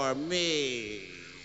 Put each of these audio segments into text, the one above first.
for me.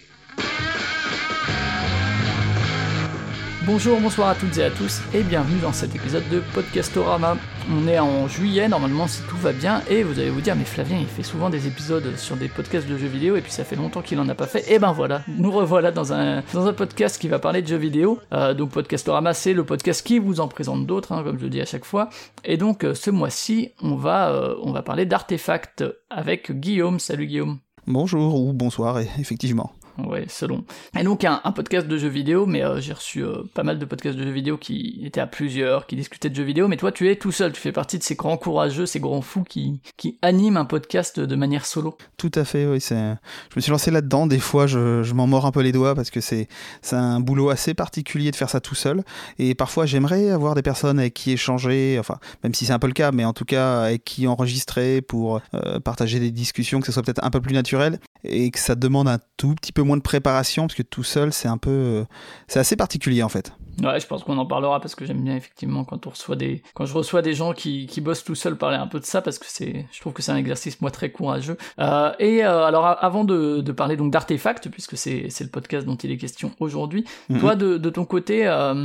Bonjour, bonsoir à toutes et à tous et bienvenue dans cet épisode de Podcastorama. On est en juillet, normalement si tout va bien, et vous allez vous dire mais Flavien il fait souvent des épisodes sur des podcasts de jeux vidéo et puis ça fait longtemps qu'il en a pas fait, et ben voilà, nous revoilà dans un podcast qui va parler de jeux vidéo. Donc Podcastorama c'est le podcast qui vous en présente d'autres, comme je le dis à chaque fois, et donc ce mois-ci on va parler d'Artefact avec Guillaume. Salut Guillaume. Bonjour ou bonsoir, effectivement. Ouais, selon. Et donc un podcast de jeux vidéo, mais j'ai reçu pas mal de podcasts de jeux vidéo qui étaient à plusieurs, qui discutaient de jeux vidéo, mais toi tu es tout seul, tu fais partie de ces grands courageux, ces grands fous qui animent un podcast de manière solo. Tout à fait, oui. Je me suis lancé là-dedans, des fois je m'en mords un peu les doigts parce que c'est un boulot assez particulier de faire ça tout seul, et parfois j'aimerais avoir des personnes avec qui échanger, enfin même si c'est un peu le cas, mais en tout cas avec qui enregistrer pour partager des discussions, que ce soit peut-être un peu plus naturel, et que ça demande un tout petit peu moins de préparation, parce que tout seul c'est assez particulier en fait. Ouais, je pense qu'on en parlera parce que j'aime bien effectivement quand je reçois des gens qui bossent tout seuls parler un peu de ça, parce que je trouve que c'est un exercice moi très courageux. Alors avant de parler donc d'Artefact, puisque c'est le podcast dont il est question aujourd'hui, toi de ton côté,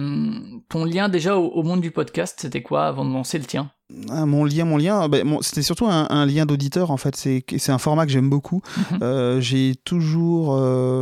ton lien déjà au monde du podcast, c'était quoi avant de lancer le tien? Mon lien, c'était surtout un lien d'auditeur en fait. C'est un format que j'aime beaucoup. J'ai toujours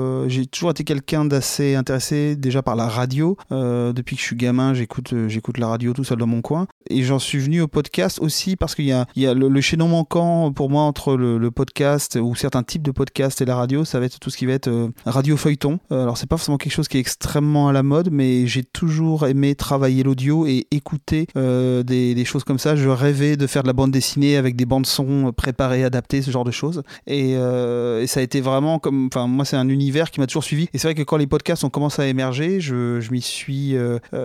été quelqu'un d'assez intéressé déjà par la radio. Depuis que je suis gamin, j'écoute la radio tout seul dans mon coin. Et j'en suis venu au podcast aussi parce qu'il y a le chaînon manquant pour moi entre le podcast ou certains types de podcasts et la radio. Ça va être tout ce qui va être radio feuilleton. Alors c'est pas forcément quelque chose qui est extrêmement à la mode, mais j'ai toujours aimé travailler l'audio et écouter des choses comme ça. Je rêvais de faire de la bande dessinée avec des bandes son préparées, adaptées, ce genre de choses. Et ça a été vraiment moi c'est un univers qui m'a toujours suivi. Et c'est vrai que quand les podcasts ont commencé à émerger, je m'y suis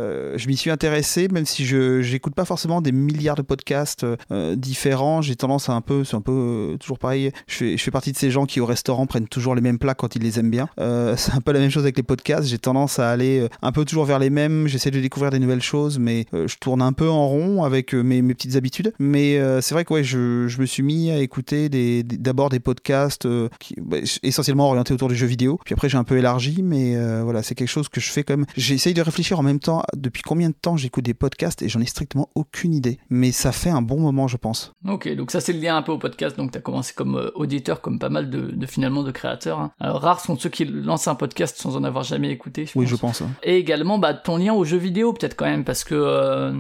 intéressé, même si j'écoute pas forcément des milliards de podcasts différents. J'ai tendance c'est un peu toujours pareil. Je fais partie de ces gens qui au restaurant prennent toujours les mêmes plats quand ils les aiment bien. C'est un peu la même chose avec les podcasts. J'ai tendance à aller un peu toujours vers les mêmes. J'essaie de découvrir des nouvelles choses, mais je tourne un peu en rond avec mes petites habitudes. Mais c'est vrai que je me suis mis à écouter d'abord des podcasts essentiellement orientés autour des jeux vidéo. Puis après j'ai un peu élargi, mais voilà, c'est quelque chose que je fais quand même. J'essaye de réfléchir en même temps depuis combien de temps j'écoute des podcasts, et j'en ai strictement aucune idée. Mais ça fait un bon moment, je pense. Ok, donc ça c'est le lien un peu au podcast. Donc t'as commencé comme auditeur, comme pas mal finalement de créateurs. Hein. Alors, rares sont ceux qui lancent un podcast sans en avoir jamais écouté. Je pense. Hein. Et également ton lien aux jeux vidéo peut-être quand même, parce que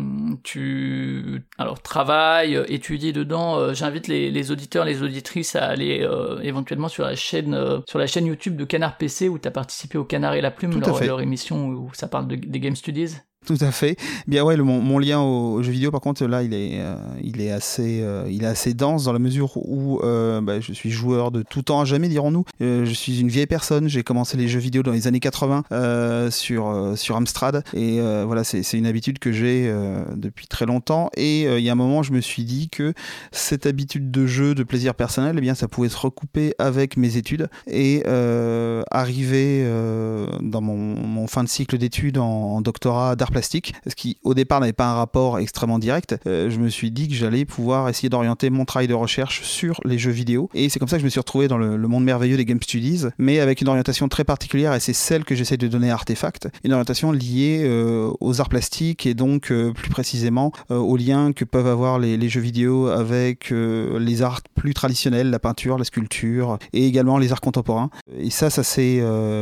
tu travailles, étudies dedans. J'invite les auditeurs, les auditrices à aller éventuellement sur la chaîne YouTube de Canard PC, où t'as participé au Canard et la Plume, leur émission où ça parle des Game Studies. Tout à fait. Bien ouais, mon lien aux jeux vidéo, par contre, là, il est assez dense dans la mesure où je suis joueur de tout temps à jamais, dirons-nous. Je suis une vieille personne. J'ai commencé les jeux vidéo dans les années 80 sur Amstrad, et voilà, c'est une habitude que j'ai depuis très longtemps. Et il y a un moment, je me suis dit que cette habitude de jeu, de plaisir personnel, eh bien, ça pouvait se recouper avec mes études, et arriver dans mon fin de cycle d'études en doctorat d'art plastique, ce qui au départ n'avait pas un rapport extrêmement direct. Je me suis dit que j'allais pouvoir essayer d'orienter mon travail de recherche sur les jeux vidéo, et c'est comme ça que je me suis retrouvé dans le monde merveilleux des Game Studies, mais avec une orientation très particulière, et c'est celle que j'essaie de donner à Artefact, une orientation liée aux arts plastiques, et donc plus précisément aux liens que peuvent avoir les jeux vidéo avec les arts plus traditionnels, la peinture, la sculpture, et également les arts contemporains. Et ça s'est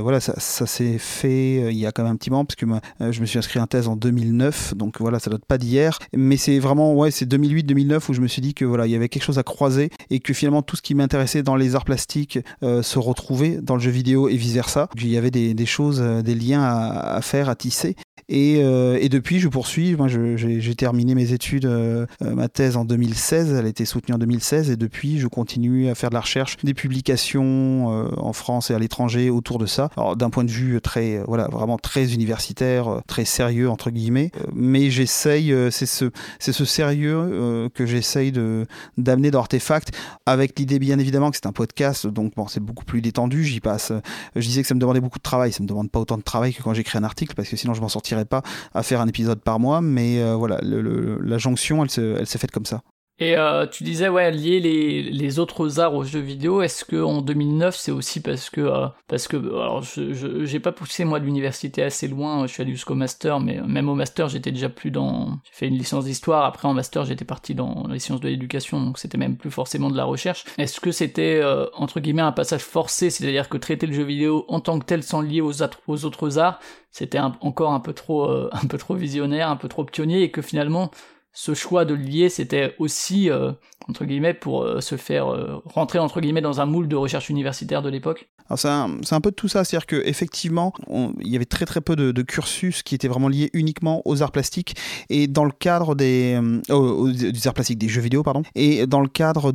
fait il y a quand même un petit moment, parce que je me suis inscrit à un thèse en 2009, donc voilà, ça date pas d'hier, mais c'est vraiment c'est 2008-2009 où je me suis dit que voilà, il y avait quelque chose à croiser, et que finalement tout ce qui m'intéressait dans les arts plastiques se retrouvait dans le jeu vidéo et vice versa. Il y avait des choses, des liens à faire, à tisser. Et depuis, je poursuis. Moi, j'ai terminé mes études, ma thèse en 2016. Elle a été soutenue en 2016, et depuis, je continue à faire de la recherche, des publications en France et à l'étranger autour de ça. Alors, d'un point de vue vraiment très universitaire, très sérieux entre guillemets. Mais j'essaye, c'est ce sérieux que j'essaye d'amener dans Artefact, avec l'idée bien évidemment que c'est un podcast, donc bon, c'est beaucoup plus détendu. J'y passe. Je disais que ça me demandait beaucoup de travail. Ça me demande pas autant de travail que quand j'écris un article, parce que sinon je m'en sortirais pas à faire un épisode par mois, mais voilà, la jonction elle s'est faite comme ça. Et tu disais lier les autres arts aux jeux vidéo. Est-ce que en 2009 c'est aussi parce que alors j'ai pas poussé moi de l'université assez loin, je suis allé jusqu'au master, mais même au master j'étais déjà plus j'ai fait une licence d'histoire, après en master j'étais parti dans les sciences de l'éducation, donc c'était même plus forcément de la recherche. Est-ce que c'était entre guillemets un passage forcé, c'est-à-dire que traiter le jeu vidéo en tant que tel sans le lier aux autres arts, c'était encore un peu trop visionnaire, un peu trop pionnier, et que finalement ce choix de le lier, c'était aussi, entre guillemets, pour se faire rentrer, entre guillemets, dans un moule de recherche universitaire de l'époque? Alors c'est un peu de tout ça, c'est-à-dire qu'effectivement, il y avait très très peu de cursus qui étaient vraiment liés uniquement aux arts plastiques, et dans le cadre des arts plastiques, des jeux vidéo, pardon, et dans le cadre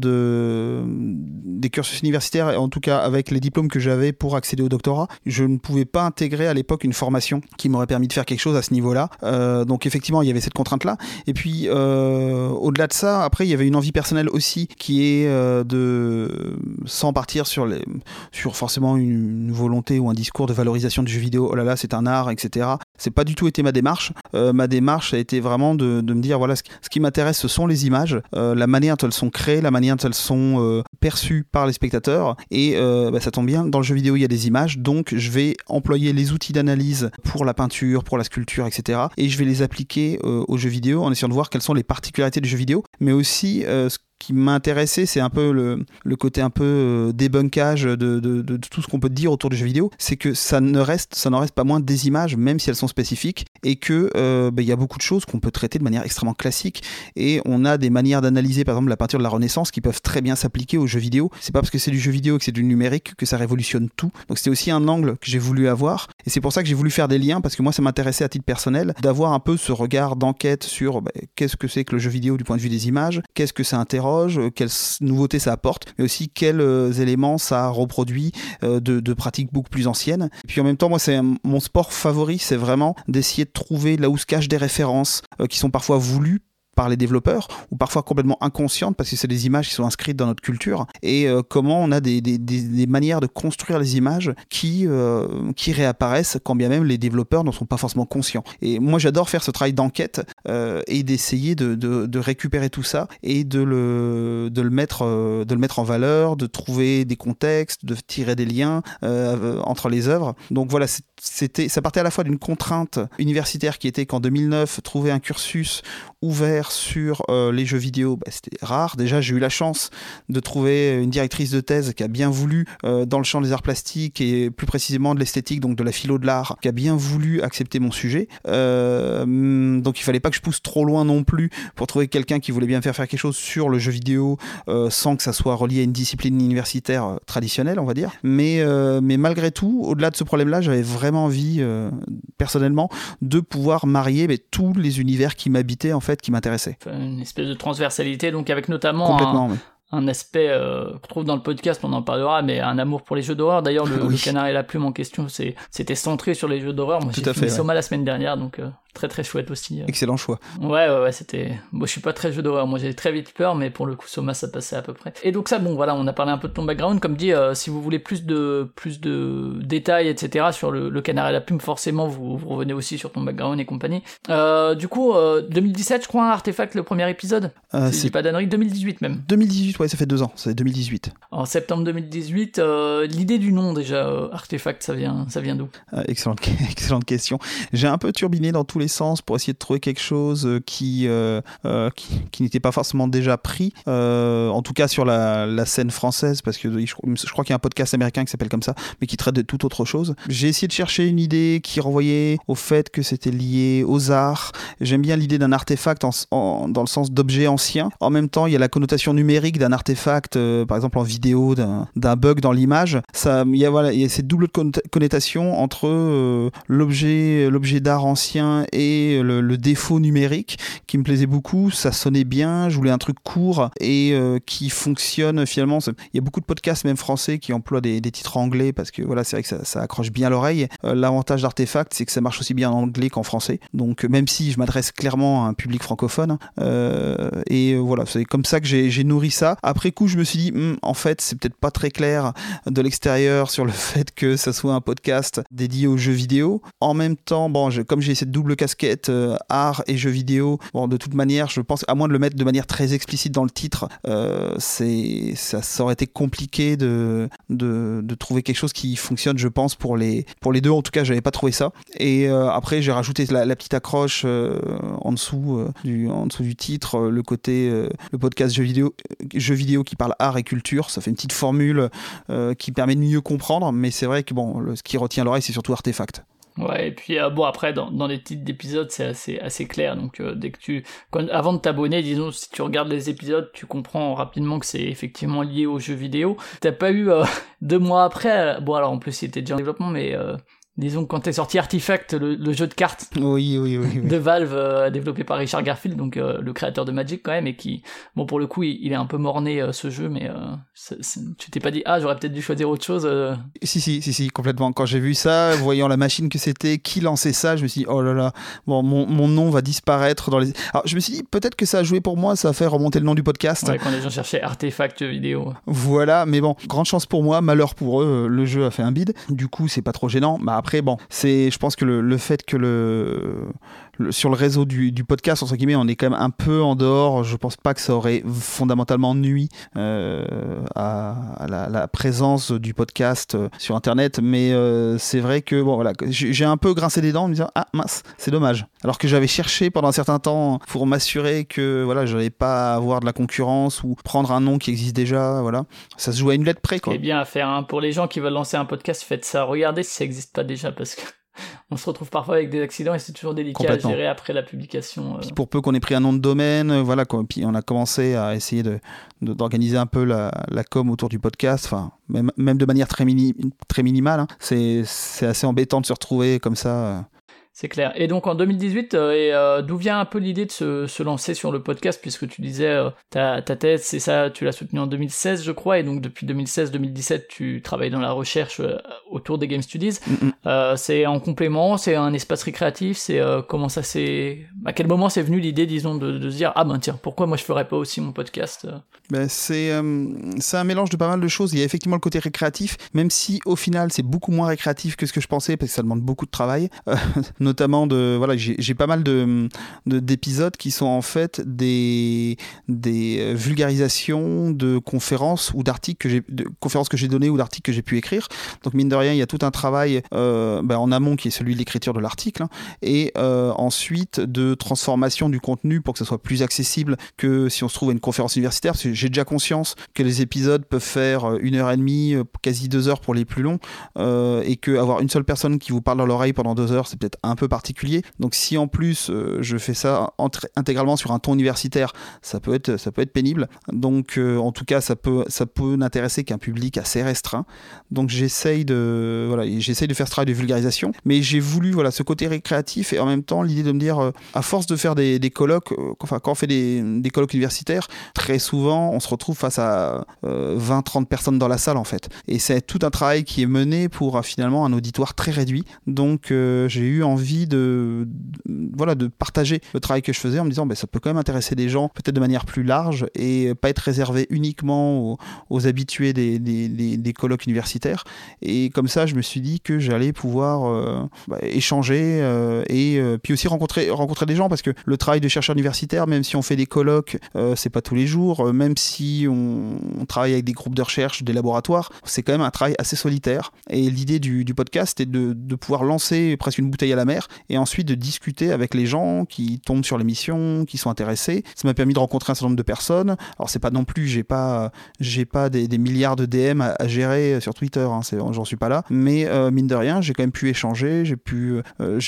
des cursus universitaires, en tout cas avec les diplômes que j'avais pour accéder au doctorat, je ne pouvais pas intégrer à l'époque une formation qui m'aurait permis de faire quelque chose à ce niveau-là, donc effectivement il y avait cette contrainte-là, et puis au-delà de ça, après il y avait une envie personnelle aussi qui est sans partir sur forcément une volonté ou un discours de valorisation du jeu vidéo, oh là là c'est un art, etc. C'est pas du tout été ma démarche. Ma démarche a été vraiment de me dire voilà, ce qui m'intéresse ce sont les images, la manière dont elles sont créées, la manière dont elles sont perçues par les spectateurs, et ça tombe bien, dans le jeu vidéo il y a des images, donc je vais employer les outils d'analyse pour la peinture, pour la sculpture, etc. et je vais les appliquer aux jeux vidéo en essayant de voir quelles sont les particularités du jeu vidéo, mais aussi ce qui m'a intéressé, c'est un peu le côté un peu débunkage de tout ce qu'on peut dire autour du jeu vidéo, c'est que ça n'en reste pas moins des images, même si elles sont spécifiques, et que y a beaucoup de choses qu'on peut traiter de manière extrêmement classique, et on a des manières d'analyser par exemple la peinture de la Renaissance qui peuvent très bien s'appliquer aux jeux vidéo. C'est pas parce que c'est du jeu vidéo et que c'est du numérique que ça révolutionne tout, donc c'était aussi un angle que j'ai voulu avoir, et c'est pour ça que j'ai voulu faire des liens, parce que moi ça m'intéressait à titre personnel d'avoir un peu ce regard d'enquête sur qu'est-ce que c'est que le jeu vidéo du point de vue des images, qu'est-ce que ça interroge, quelles nouveautés ça apporte, mais aussi quels éléments ça reproduit de pratiques beaucoup plus anciennes. Et puis en même temps, moi, c'est mon sport favori, c'est vraiment d'essayer de trouver là où se cachent des références qui sont parfois voulues par les développeurs, ou parfois complètement inconscientes, parce que c'est des images qui sont inscrites dans notre culture, et comment on a des manières de construire les images qui réapparaissent quand bien même les développeurs n'en sont pas forcément conscients. Et moi j'adore faire ce travail d'enquête et d'essayer de récupérer tout ça et de le mettre en valeur, de trouver des contextes, de tirer des liens entre les œuvres. Donc voilà, ça partait à la fois d'une contrainte universitaire qui était qu'en 2009, trouver un cursus ouvert sur les jeux vidéo, c'était rare. Déjà, j'ai eu la chance de trouver une directrice de thèse qui a bien voulu, dans le champ des arts plastiques et plus précisément de l'esthétique, donc de la philo de l'art, qui a bien voulu accepter mon sujet. Donc il fallait pas que je pousse trop loin non plus pour trouver quelqu'un qui voulait bien me faire quelque chose sur le jeu vidéo sans que ça soit relié à une discipline universitaire traditionnelle, on va dire. Mais malgré tout, au-delà de ce problème-là, j'avais vraiment envie, personnellement, de pouvoir marier tous les univers qui m'habitaient, en fait, qui m'intéressaient. Une espèce de transversalité, donc avec notamment un aspect qu'on trouve dans le podcast, on en parlera, mais un amour pour les jeux d'horreur. D'ailleurs, le Canard et la Plume en question, c'était centré sur les jeux d'horreur. Moi, j'ai fini Soma la semaine dernière, donc très très chouette aussi. Excellent choix. Ouais, c'était... Bon, je suis pas très jeu d'horreur, moi j'ai très vite peur, mais pour le coup, Soma, ça passait à peu près. Et donc ça, bon, voilà, on a parlé un peu de ton background. Comme dit, si vous voulez plus de détails, etc., sur le Canard et la Plume, forcément, vous revenez aussi sur ton background et compagnie. Du coup, 2017, je crois, Artefact, le premier épisode. Si je dis pas d'annerie, 2018 même. 2018, ouais, ça fait 2 ans, c'est 2018. En septembre 2018, l'idée du nom déjà, Artefact, ça vient d'où? Excellente question. J'ai un peu turbiné dans tous les sens pour essayer de trouver quelque chose qui n'était pas forcément déjà pris, en tout cas sur la scène française, parce que je crois qu'il y a un podcast américain qui s'appelle comme ça, mais qui traite de toute autre chose. J'ai essayé de chercher une idée qui renvoyait au fait que c'était lié aux arts. J'aime bien l'idée d'un artefact dans le sens d'objet ancien. En même temps, il y a la connotation numérique d'un artefact, par exemple en vidéo, d'un bug dans l'image. Il y a cette double connotation entre l'objet d'art ancien et le défaut numérique qui me plaisait beaucoup. Ça sonnait bien, je voulais un truc court et qui fonctionne finalement. Il y a beaucoup de podcasts même français qui emploient des titres anglais parce que voilà, c'est vrai que ça accroche bien l'oreille. L'avantage d'Artefact, c'est que ça marche aussi bien en anglais qu'en français. Donc même si je m'adresse clairement à un public francophone, et voilà, c'est comme ça que j'ai nourri ça. Après coup, je me suis dit, en fait, c'est peut-être pas très clair de l'extérieur sur le fait que ça soit un podcast dédié aux jeux vidéo. En même temps, comme j'ai cette double casquette art et jeux vidéo, bon, de toute manière, je pense, à moins de le mettre de manière très explicite dans le titre, ça aurait été compliqué de trouver quelque chose qui fonctionne, je pense, pour les deux. En tout cas, j'avais pas trouvé ça. Et après, j'ai rajouté la petite accroche en dessous du titre, le côté le podcast jeux vidéo qui parle art et culture. Ça fait une petite formule qui permet de mieux comprendre, mais c'est vrai que bon, ce qui retient l'oreille, c'est surtout Artefact. Ouais, et puis bon, après dans les titres d'épisodes c'est assez clair, donc dès que avant de t'abonner, disons, si tu regardes les épisodes, tu comprends rapidement que c'est effectivement lié aux jeux vidéo. T'as pas eu 2 mois après, bon alors en plus il était déjà en développement, mais disons quand est sorti Artifact, le jeu de cartes oui. de Valve, développé par Richard Garfield, donc le créateur de Magic quand même, et qui, bon, pour le coup il est un peu morné ce jeu, mais tu t'es pas dit j'aurais peut-être dû choisir autre chose Si, complètement. Quand j'ai vu ça, voyant la machine que c'était, qui lançait ça, je me suis dit oh là là, bon, mon nom va disparaître dans les... Alors je me suis dit peut-être que ça a joué pour moi, ça a fait remonter le nom du podcast. Ouais, quand les gens cherchaient Artefact vidéo. Voilà, mais bon, grande chance pour moi, malheur pour eux, le jeu a fait un bide, du coup c'est pas trop gênant. Bah après bon, je pense que le fait que sur le réseau du podcast, entre guillemets, on est quand même un peu en dehors. Je pense pas que ça aurait fondamentalement nui à la présence du podcast sur Internet, mais c'est vrai que bon, voilà, j'ai un peu grincé des dents en me disant mince, c'est dommage. Alors que j'avais cherché pendant un certain temps pour m'assurer que voilà, je n'allais pas avoir de la concurrence ou prendre un nom qui existe déjà. Voilà, ça se joue à une lettre près, quoi. Ce qui est bien à faire, hein. Pour les gens qui veulent lancer un podcast, faites ça. Regardez si ça n'existe pas déjà, parce que on se retrouve parfois avec des accidents et c'est toujours délicat à gérer après la publication. Puis pour peu qu'on ait pris un nom de domaine, voilà quoi. Puis on a commencé à essayer d'organiser un peu la com autour du podcast, enfin même de manière très minimale. Hein. C'est assez embêtant de se retrouver comme ça. C'est clair. Et donc en 2018, d'où vient un peu l'idée de se lancer sur le podcast, puisque tu disais ta thèse, c'est ça, tu l'as soutenue en 2016 je crois, et donc depuis 2016-2017 tu travailles dans la recherche autour des Game Studies. C'est en complément, c'est un espace récréatif, c'est comment ça s'est... À quel moment c'est venu l'idée, disons, de se dire tiens, pourquoi moi je ferais pas aussi mon podcast c'est un mélange de pas mal de choses. Il y a effectivement le côté récréatif, même si au final c'est beaucoup moins récréatif que ce que je pensais, parce que ça demande beaucoup de travail. Notamment j'ai pas mal d'épisodes qui sont en fait des vulgarisations de conférences ou d'articles que j'ai données ou d'articles que j'ai pu écrire. Donc mine de rien, il y a tout un travail en amont qui est celui de l'écriture de l'article, et ensuite de transformation du contenu pour que ça soit plus accessible que si on se trouve à une conférence universitaire, parce que j'ai déjà conscience que les épisodes peuvent faire 1h30, quasi 2 heures pour les plus longs, et qu'avoir une seule personne qui vous parle dans l'oreille pendant 2 heures, c'est peut-être un peu particulier. Donc si en plus je fais ça intégralement sur un ton universitaire, ça peut être pénible. Donc en tout cas ça peut n'intéresser qu'un public assez restreint. Donc j'essaye de faire ce travail de vulgarisation, mais j'ai voulu ce côté récréatif, et en même temps l'idée de me dire à force de faire des colloques, quand on fait des colloques universitaires, très souvent on se retrouve face à 20-30 personnes dans la salle en fait, et c'est tout un travail qui est mené pour finalement un auditoire très réduit. Donc j'ai eu envie de partager le travail que je faisais en me disant ça peut quand même intéresser des gens peut-être de manière plus large et pas être réservé uniquement aux habitués des colloques universitaires. Et comme ça je me suis dit que j'allais pouvoir échanger et puis aussi rencontrer des gens, parce que le travail de chercheur universitaire, même si on fait des colloques, c'est pas tous les jours, même si on travaille avec des groupes de recherche, des laboratoires, c'est quand même un travail assez solitaire. Et l'idée du podcast est de pouvoir lancer presque une bouteille à la mer et ensuite de discuter avec les gens qui tombent sur l'émission, qui sont intéressés. Ça m'a permis de rencontrer un certain nombre de personnes. Alors c'est pas non plus, j'ai pas des milliards de DM à gérer sur Twitter, hein, j'en suis pas là, mais mine de rien j'ai quand même pu échanger, j'ai pu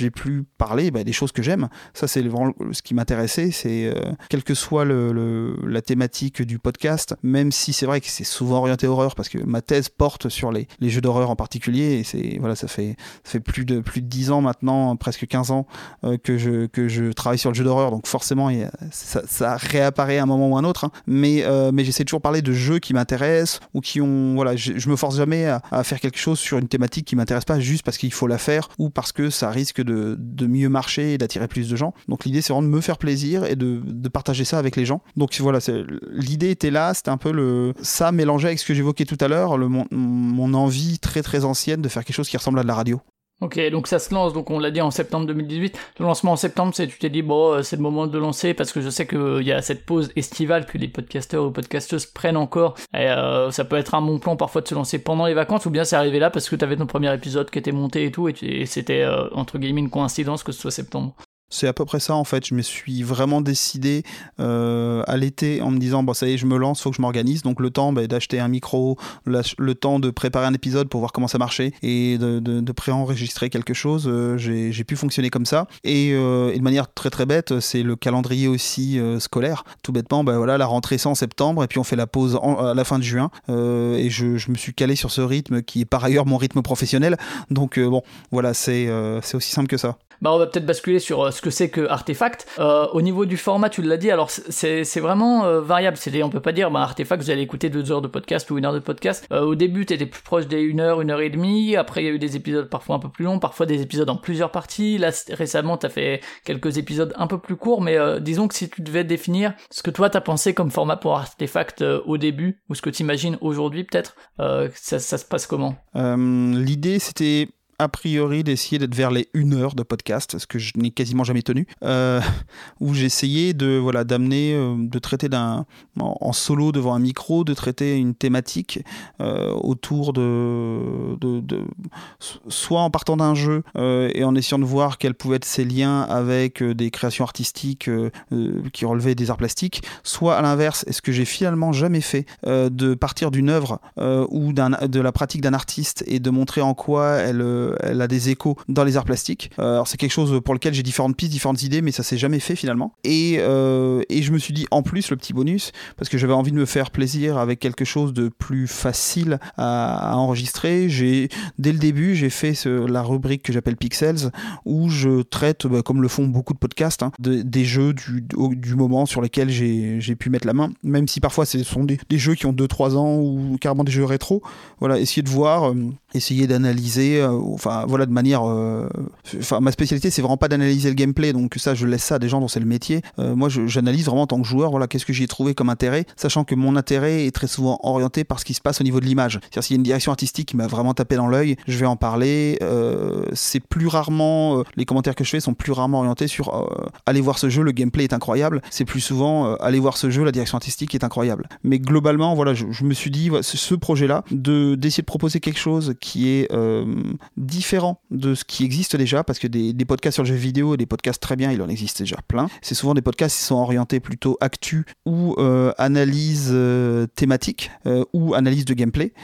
parler des choses que j'aime. Ça c'est vraiment ce qui m'intéressait, c'est quelle que soit la thématique du podcast, même si c'est vrai que c'est souvent orienté horreur, parce que ma thèse porte sur les jeux d'horreur en particulier, et ça fait plus de 10 ans maintenant, presque 15 ans que je travaille sur le jeu d'horreur, donc forcément ça réapparaît à un moment ou à un autre, hein. Mais j'essaie toujours de parler de jeux qui m'intéressent, ou qui ont je me force jamais à faire quelque chose sur une thématique qui m'intéresse pas juste parce qu'il faut la faire ou parce que ça risque de mieux marcher et d'attirer plus de gens. Donc l'idée c'est vraiment de me faire plaisir et de partager ça avec les gens. Donc voilà, l'idée était là, c'était un peu ça mélangé avec ce que j'évoquais tout à l'heure, mon envie très très ancienne de faire quelque chose qui ressemble à de la radio. Ok, donc ça se lance, donc on l'a dit en septembre 2018. Le lancement en septembre, tu t'es dit, bon, c'est le moment de lancer, parce que je sais qu'il y a cette pause estivale que les podcasteurs ou podcasteuses prennent encore, et ça peut être un bon plan parfois de se lancer pendant les vacances, ou bien c'est arrivé là parce que t'avais ton premier épisode qui était monté et tout, et c'était, entre guillemets, une coïncidence que ce soit septembre. C'est à peu près ça en fait, je me suis vraiment décidé à l'été en me disant bon ça y est je me lance, faut que je m'organise, donc le temps d'acheter un micro, le temps de préparer un épisode pour voir comment ça marchait et de préenregistrer quelque chose, j'ai pu fonctionner comme ça et de manière très très bête, c'est le calendrier aussi scolaire, tout bêtement voilà, la rentrée c'est en septembre et puis on fait la pause à la fin de juin et je me suis calé sur ce rythme qui est par ailleurs mon rythme professionnel, donc bon voilà c'est aussi simple que ça. On va peut-être basculer sur ce que c'est que Artefact. Au niveau du format, tu l'as dit, alors c'est vraiment variable. On peut pas dire, Artefact, vous allez écouter 2 heures de podcast ou 1 heure de podcast. Au début, t'étais plus proche des 1 heure, 1 heure et demie. Après, il y a eu des épisodes parfois un peu plus longs, parfois des épisodes en plusieurs parties. Là, récemment, t'as fait quelques épisodes un peu plus courts, mais disons que si tu devais définir ce que toi t'as pensé comme format pour Artefact au début, ou ce que t'imagines aujourd'hui peut-être, ça se passe comment ? L'idée, c'était a priori d'essayer d'être vers les 1 heure de podcast, ce que je n'ai quasiment jamais tenu, où j'essayais d'amener, de traiter en solo devant un micro, de traiter une thématique autour soit en partant d'un jeu et en essayant de voir quels pouvaient être ses liens avec des créations artistiques qui relevaient des arts plastiques, soit à l'inverse, et ce que j'ai finalement jamais fait, de partir d'une œuvre ou de la pratique d'un artiste et de montrer en quoi elle a des échos dans les arts plastiques. Alors c'est quelque chose pour lequel j'ai différentes pistes, différentes idées, mais ça s'est jamais fait finalement. Et je me suis dit en plus le petit bonus, parce que j'avais envie de me faire plaisir avec quelque chose de plus facile à enregistrer. Dès le début, j'ai fait la rubrique que j'appelle Pixels, où je traite, comme le font beaucoup de podcasts, des jeux du moment sur lesquels j'ai pu mettre la main, même si parfois ce sont des jeux qui ont 2-3 ans ou carrément des jeux rétro. Voilà, essayer de voir, essayer d'analyser, de manière... ma spécialité, c'est vraiment pas d'analyser le gameplay, donc ça, je laisse ça à des gens dont c'est le métier. Moi, j'analyse vraiment en tant que joueur, voilà, qu'est-ce que j'y ai trouvé comme intérêt, sachant que mon intérêt est très souvent orienté par ce qui se passe au niveau de l'image. C'est-à-dire, s'il y a une direction artistique qui m'a vraiment tapé dans l'œil, je vais en parler. C'est plus rarement... les commentaires que je fais sont plus rarement orientés sur allez voir ce jeu, le gameplay est incroyable. C'est plus souvent allez voir ce jeu, la direction artistique est incroyable. Mais globalement, voilà, je me suis dit, ce projet-là, d'essayer de proposer quelque chose qui est différent de ce qui existe déjà, parce que des podcasts sur le jeu vidéo, des podcasts très bien, il en existe déjà plein. C'est souvent des podcasts qui sont orientés plutôt actu ou analyse thématique ou analyse de gameplay.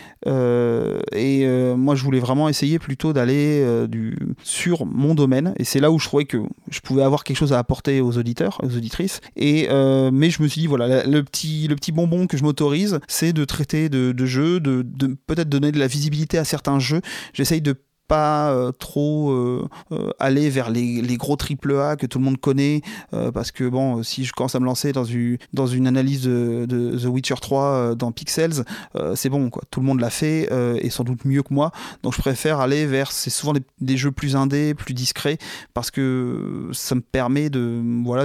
Moi, je voulais vraiment essayer plutôt d'aller sur mon domaine, et c'est là où je trouvais que je pouvais avoir quelque chose à apporter aux auditeurs, aux auditrices. Mais je me suis dit, voilà, le petit bonbon que je m'autorise, c'est de traiter de jeux, de peut-être donner de la visibilité à certains jeux. J'essaye de pas trop aller vers les gros AAA que tout le monde connaît, parce que bon, si je commence à me lancer dans une analyse de The Witcher 3 dans Pixels, c'est bon quoi, tout le monde l'a fait et sans doute mieux que moi, donc je préfère aller vers, c'est souvent des jeux plus indés, plus discrets, parce que ça me permet de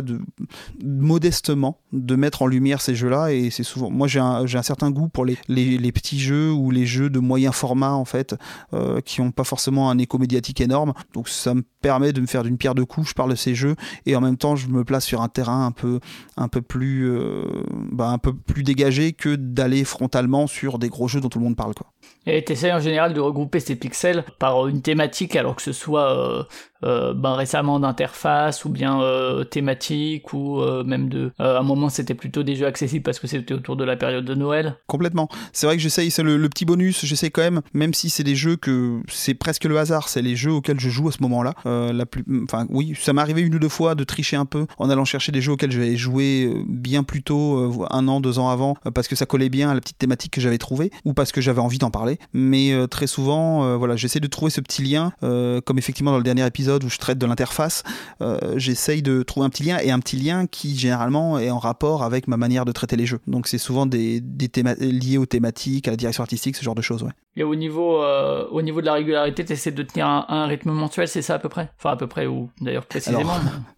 modestement de mettre en lumière ces jeux-là, et c'est souvent, moi j'ai un certain goût pour les petits jeux ou les jeux de moyen format en fait, qui n'ont pas forcément un écho médiatique énorme, donc ça me permet de me faire d'une pierre deux coups. Je parle de ces jeux et en même temps je me place sur un terrain un peu plus dégagé que d'aller frontalement sur des gros jeux dont tout le monde parle quoi. Et t'essayes en général de regrouper ces pixels par une thématique, alors que ce soit récemment d'interface ou bien thématique, ou même à un moment c'était plutôt des jeux accessibles parce que c'était autour de la période de Noël. Complètement. C'est vrai que j'essaye, c'est le petit bonus, j'essaye quand même si c'est des jeux que c'est presque le hasard, c'est les jeux auxquels je joue à ce moment-là. Oui, ça m'est arrivé 1 ou 2 fois de tricher un peu en allant chercher des jeux auxquels j'avais joué bien plus tôt, 1 an, 2 ans avant, parce que ça collait bien à la petite thématique que j'avais trouvée, ou parce que j'avais envie d'en parler. Mais très souvent, j'essaie de trouver ce petit lien, comme effectivement dans le dernier épisode, épisode où je traite de l'interface, j'essaye de trouver un petit lien qui généralement est en rapport avec ma manière de traiter les jeux. Donc c'est souvent des liés aux thématiques, à la direction artistique, ce genre de choses, ouais. Et au niveau de la régularité, t'essaies de tenir un rythme mensuel, c'est ça à peu près ? Enfin à peu près, ou d'ailleurs précisément.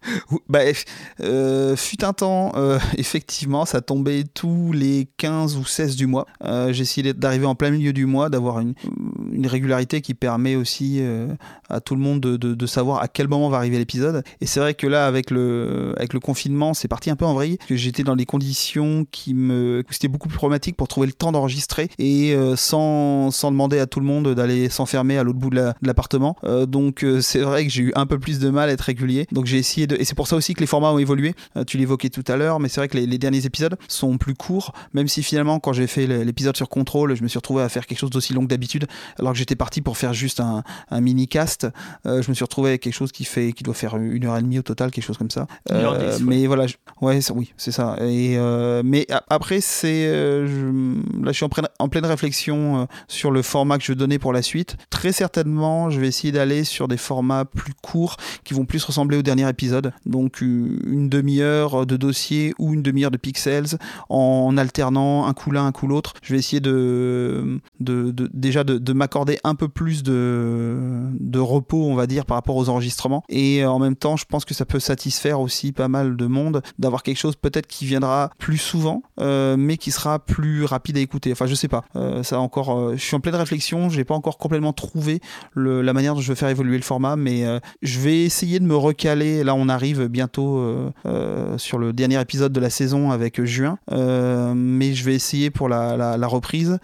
Fut un temps, effectivement, ça tombait tous les 15 ou 16 du mois. J'ai essayé d'arriver en plein milieu du mois, d'avoir une régularité qui permet aussi à tout le monde de savoir à quel moment va arriver l'épisode. Et c'est vrai que là, avec le confinement, c'est parti un peu en vrille, que j'étais dans des conditions où c'était beaucoup plus problématique pour trouver le temps d'enregistrer et sans demander à tout le monde d'aller s'enfermer à l'autre bout de l'appartement. Donc c'est vrai que j'ai eu un peu plus de mal à être régulier. Donc j'ai essayé et c'est pour ça aussi que les formats ont évolué. Tu l'évoquais tout à l'heure, mais c'est vrai que les derniers épisodes sont plus courts, même si finalement quand j'ai fait l'épisode sur Control, je me suis retrouvé à faire quelque chose d'aussi long que d'habitude, alors que j'étais parti pour faire juste un mini-cast. Je me suis retrouvé avec quelque chose qui doit faire 1h30 au total, quelque chose comme ça. Mais voilà, oui, c'est ça. Et mais après, là je suis en pleine réflexion sur le format que je veux donner pour la suite. Très certainement, je vais essayer d'aller sur des formats plus courts qui vont plus ressembler au dernier épisode. Donc une demi-heure de dossier ou une demi-heure de pixels en alternant un coup l'un, un coup l'autre. Je vais essayer déjà de m'accorder un peu plus de repos, on va dire, par rapport aux enregistrements. Et en même temps, je pense que ça peut satisfaire aussi pas mal de monde d'avoir quelque chose peut-être qui viendra plus souvent, mais qui sera plus rapide à écouter. Enfin, je sais pas. Ça encore, je suis en pleine réflexion. J'ai pas encore complètement trouvé la manière dont je veux faire évoluer le format, mais je vais essayer de me recaler. Là, on arrive bientôt sur le dernier épisode de la saison avec juin, mais je vais essayer pour la reprise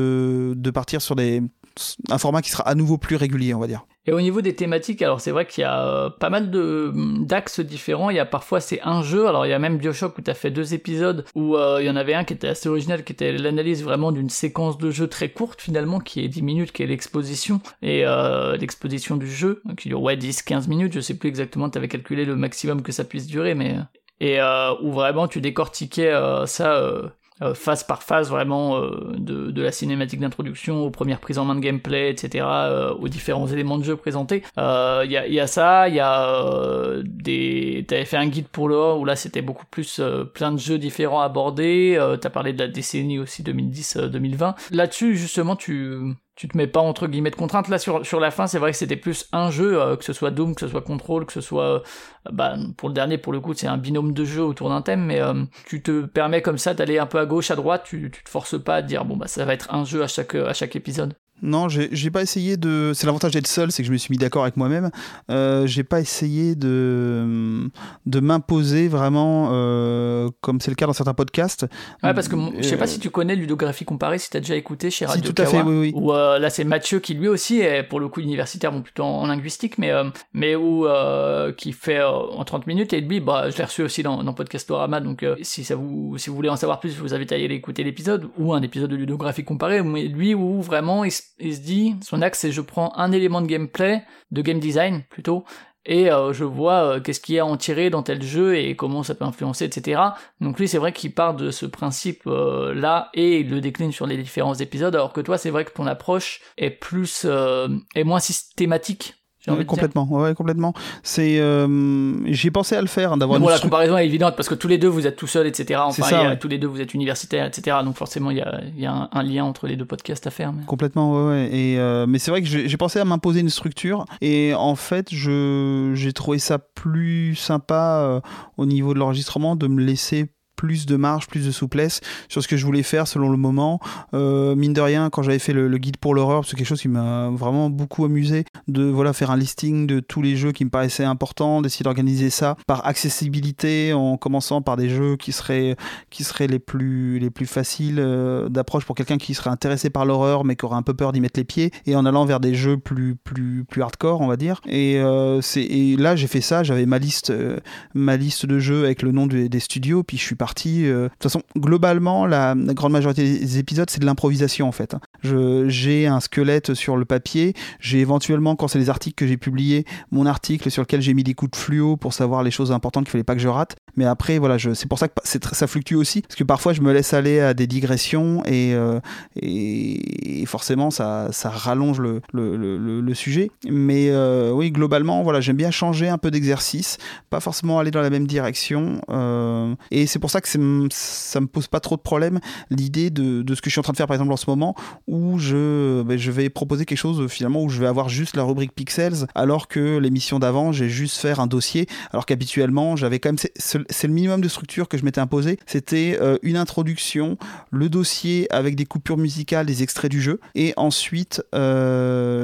de partir sur un format qui sera à nouveau plus régulier, on va dire. Et au niveau des thématiques, alors c'est vrai qu'il y a pas mal d'axes différents. Il y a parfois c'est un jeu, alors il y a même BioShock où t'as fait 2 épisodes où il y en avait un qui était assez original, qui était l'analyse vraiment d'une séquence de jeu très courte finalement, qui est 10 minutes, qui est l'exposition, et l'exposition du jeu, qui dure 10-15 minutes, je sais plus exactement, t'avais calculé le maximum que ça puisse durer, mais et où vraiment tu décortiquais ça phase par phase vraiment de la cinématique d'introduction aux premières prises en main de gameplay, etc., aux différents éléments de jeu présentés. Il y a ça, il y a t'avais fait un guide pour l'or où là c'était beaucoup plus plein de jeux différents abordés. T'as parlé de la décennie aussi 2010-2020. Là-dessus justement tu te mets pas entre guillemets de contraintes. Là sur la fin, c'est vrai que c'était plus un jeu, que ce soit Doom, que ce soit Control, que ce soit pour le dernier, pour le coup c'est un binôme de jeux autour d'un thème, mais tu te permets comme ça d'aller un peu à gauche, à droite, tu te forces pas à te dire ça va être un jeu à chaque épisode. Non, j'ai pas essayé de... C'est l'avantage d'être seul, c'est que je me suis mis d'accord avec moi-même. J'ai pas essayé de m'imposer vraiment, comme c'est le cas dans certains podcasts. Ouais, parce que je sais pas si tu connais Ludographie Comparée, si t'as déjà écouté chez Radio Si, tout à fait, oui. Où là c'est Mathieu qui lui aussi est pour le coup universitaire, plutôt en linguistique, mais où qui fait en 30 minutes, et lui, je l'ai reçu aussi dans Podcastorama, donc si vous voulez en savoir plus, je vous invite à y aller écouter l'épisode, ou un épisode de Ludographie Comparée, mais lui où vraiment il se dit, son axe c'est je prends un élément de gameplay, de game design plutôt, et je vois qu'est-ce qu'il y a à en tirer dans tel jeu et comment ça peut influencer, etc. Donc lui c'est vrai qu'il part de ce principe là et il le décline sur les différents épisodes, alors que toi c'est vrai que ton approche est moins systématique. Complètement, complètement. J'ai pensé à le faire, d'avoir. Mais bon, la comparaison est évidente parce que tous les deux vous êtes tout seuls, etc. Enfin, tous les deux vous êtes universitaires, etc. Donc forcément il y a un lien entre les deux podcasts à faire. Mais... Complètement, ouais. Et mais c'est vrai que j'ai pensé à m'imposer une structure et en fait j'ai trouvé ça plus sympa au niveau de l'enregistrement de me laisser plus de marge, plus de souplesse sur ce que je voulais faire selon le moment. Mine de rien, quand j'avais fait le guide pour l'horreur, c'est quelque chose qui m'a vraiment beaucoup amusé, de faire un listing de tous les jeux qui me paraissaient importants, d'essayer d'organiser ça par accessibilité, en commençant par des jeux qui seraient les plus faciles d'approche pour quelqu'un qui serait intéressé par l'horreur mais qui aurait un peu peur d'y mettre les pieds, et en allant vers des jeux plus hardcore, on va dire. Et là j'ai fait ça, j'avais ma liste de jeux avec le nom des studios, puis je suis parti. De toute façon, globalement, la grande majorité des épisodes, c'est de l'improvisation en fait. J'ai un squelette sur le papier, j'ai éventuellement, quand c'est les articles que j'ai publiés, mon article sur lequel j'ai mis des coups de fluo pour savoir les choses importantes qu'il fallait pas que je rate. Mais après, voilà, c'est pour ça que ça fluctue aussi, parce que parfois je me laisse aller à des digressions et forcément ça rallonge le sujet. Mais oui, globalement, voilà, j'aime bien changer un peu d'exercice, pas forcément aller dans la même direction. Et c'est pour ça que ça me pose pas trop de problème, l'idée de ce que je suis en train de faire par exemple en ce moment, où je vais proposer quelque chose finalement où je vais avoir juste la rubrique Pixels, alors que l'émission d'avant, j'ai juste faire un dossier, alors qu'habituellement, j'avais quand même, c'est le minimum de structure que je m'étais imposé, c'était une introduction, le dossier avec des coupures musicales, des extraits du jeu, et ensuite la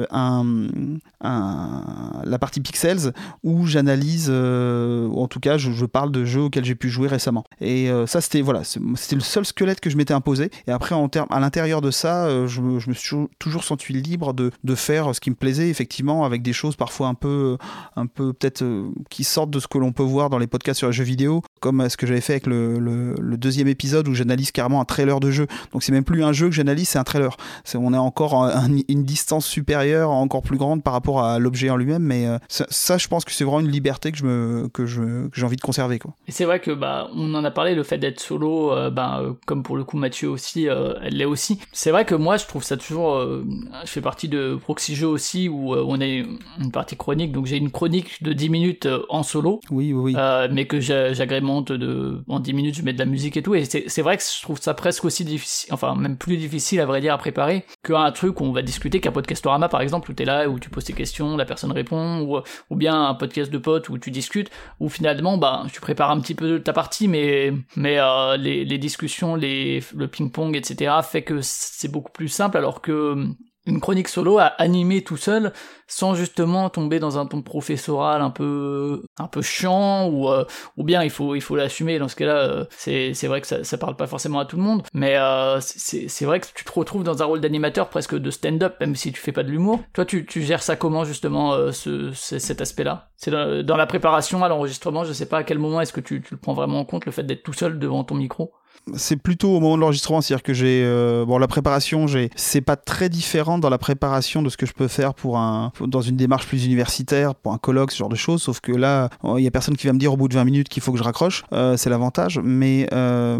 partie Pixels où j'analyse, ou en tout cas je parle de jeux auxquels j'ai pu jouer récemment. Et ça c'était le seul squelette que je m'étais imposé. Et après à l'intérieur de ça, je me suis toujours senti libre de faire ce qui me plaisait, effectivement, avec des choses parfois un peu peut-être qui sortent de ce que l'on peut voir dans les podcasts sur les jeux vidéo, comme ce que j'avais fait avec le deuxième épisode où j'analyse carrément un trailer de jeu. Donc c'est même plus un jeu que j'analyse, c'est un trailer. On est encore à une distance supérieure, encore plus grande par rapport à l'objet en lui-même, mais ça je pense que c'est vraiment une liberté que j'ai envie de conserver, quoi. Et c'est vrai que on en a parlé, le fait d'être solo, comme pour le coup Mathieu aussi, elle l'est aussi. C'est vrai que moi je trouve ça toujours, je fais partie de Proxy Jeux aussi, où on a une partie chronique, donc j'ai une chronique de 10 minutes en solo, oui. Mais que j'agrémente en 10 minutes, je mets de la musique et tout, et c'est vrai que je trouve ça presque aussi difficile, enfin même plus difficile à vrai dire à préparer qu'un truc où on va discuter, qu'un Podcastorama par exemple, où t'es là, où tu poses tes questions, la personne répond, ou bien un podcast de potes où tu discutes, où finalement tu prépares un petit peu ta partie, mais les discussions, le ping-pong, etc. fait que c'est beaucoup plus simple, alors que une chronique solo à animer tout seul, sans justement tomber dans un ton professoral un peu chiant, ou bien il faut l'assumer. Dans ce cas-là, c'est vrai que ça parle pas forcément à tout le monde, mais c'est vrai que tu te retrouves dans un rôle d'animateur presque de stand-up, même si tu fais pas de l'humour. Toi, tu gères ça comment justement, cet aspect-là? C'est dans la préparation à l'enregistrement, je sais pas à quel moment est-ce que tu le prends vraiment en compte, le fait d'être tout seul devant ton micro? C'est plutôt au moment de l'enregistrement, c'est-à-dire que j'ai la préparation, c'est pas très différent dans la préparation de ce que je peux faire dans une démarche plus universitaire, pour un colloque, ce genre de choses, sauf que là, il y a personne qui va me dire au bout de 20 minutes qu'il faut que je raccroche, c'est l'avantage, mais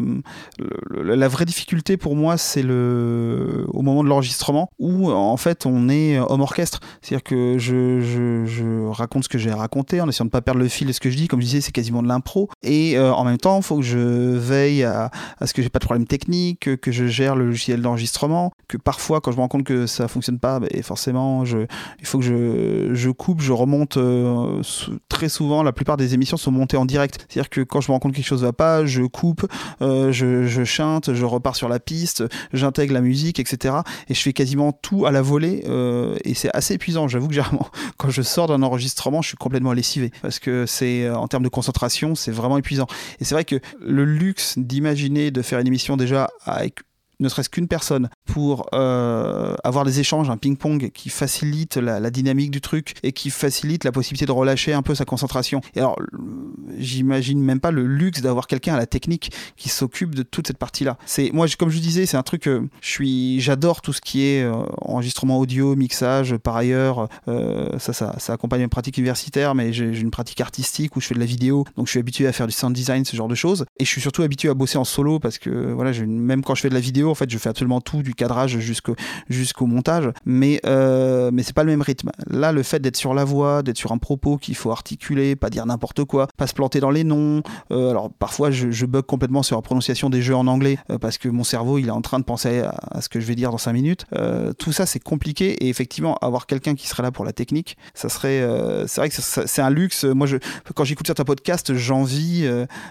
la vraie difficulté pour moi, c'est au moment de l'enregistrement, où en fait on est homme orchestre, c'est-à-dire que je raconte ce que j'ai à raconter en essayant de pas perdre le fil de ce que je dis, comme je disais, c'est quasiment de l'impro, et en même temps, il faut que je veille à ce que j'ai pas de problème technique, que je gère le logiciel d'enregistrement, que parfois quand je me rends compte que ça fonctionne pas, forcément il faut que je coupe, je remonte. Très souvent, la plupart des émissions sont montées en direct, c'est-à-dire que quand je me rends compte que quelque chose va pas, je coupe, je chante, je repars sur la piste, j'intègre la musique, etc. Et je fais quasiment tout à la volée, et c'est assez épuisant. J'avoue que généralement, quand je sors d'un enregistrement, je suis complètement lessivé, parce que c'est, en termes de concentration, c'est vraiment épuisant. Et c'est vrai que le luxe d'imaginer de faire une émission déjà avec ne serait-ce qu'une personne pour avoir des échanges, un ping-pong qui facilite la dynamique du truc et qui facilite la possibilité de relâcher un peu sa concentration. Et alors, j'imagine même pas le luxe d'avoir quelqu'un à la technique qui s'occupe de toute cette partie-là. Moi, comme je disais, c'est un truc j'adore tout ce qui est enregistrement audio, mixage. Par ailleurs, ça accompagne une pratique universitaire, mais j'ai une pratique artistique où je fais de la vidéo, donc je suis habitué à faire du sound design, ce genre de choses. Et je suis surtout habitué à bosser en solo parce que voilà, même quand je fais de la vidéo, en fait, je fais absolument tout, du cadrage jusqu'au montage, mais c'est pas le même rythme. Là, le fait d'être sur la voix, d'être sur un propos qu'il faut articuler, pas dire n'importe quoi, pas se planter dans les noms. Alors parfois, je bug complètement sur la prononciation des jeux en anglais parce que mon cerveau, il est en train de penser à ce que je vais dire dans 5 minutes. Tout ça, c'est compliqué, et effectivement, avoir quelqu'un qui serait là pour la technique, ça serait, c'est vrai que c'est un luxe. Moi, quand j'écoute certains podcasts, j'envie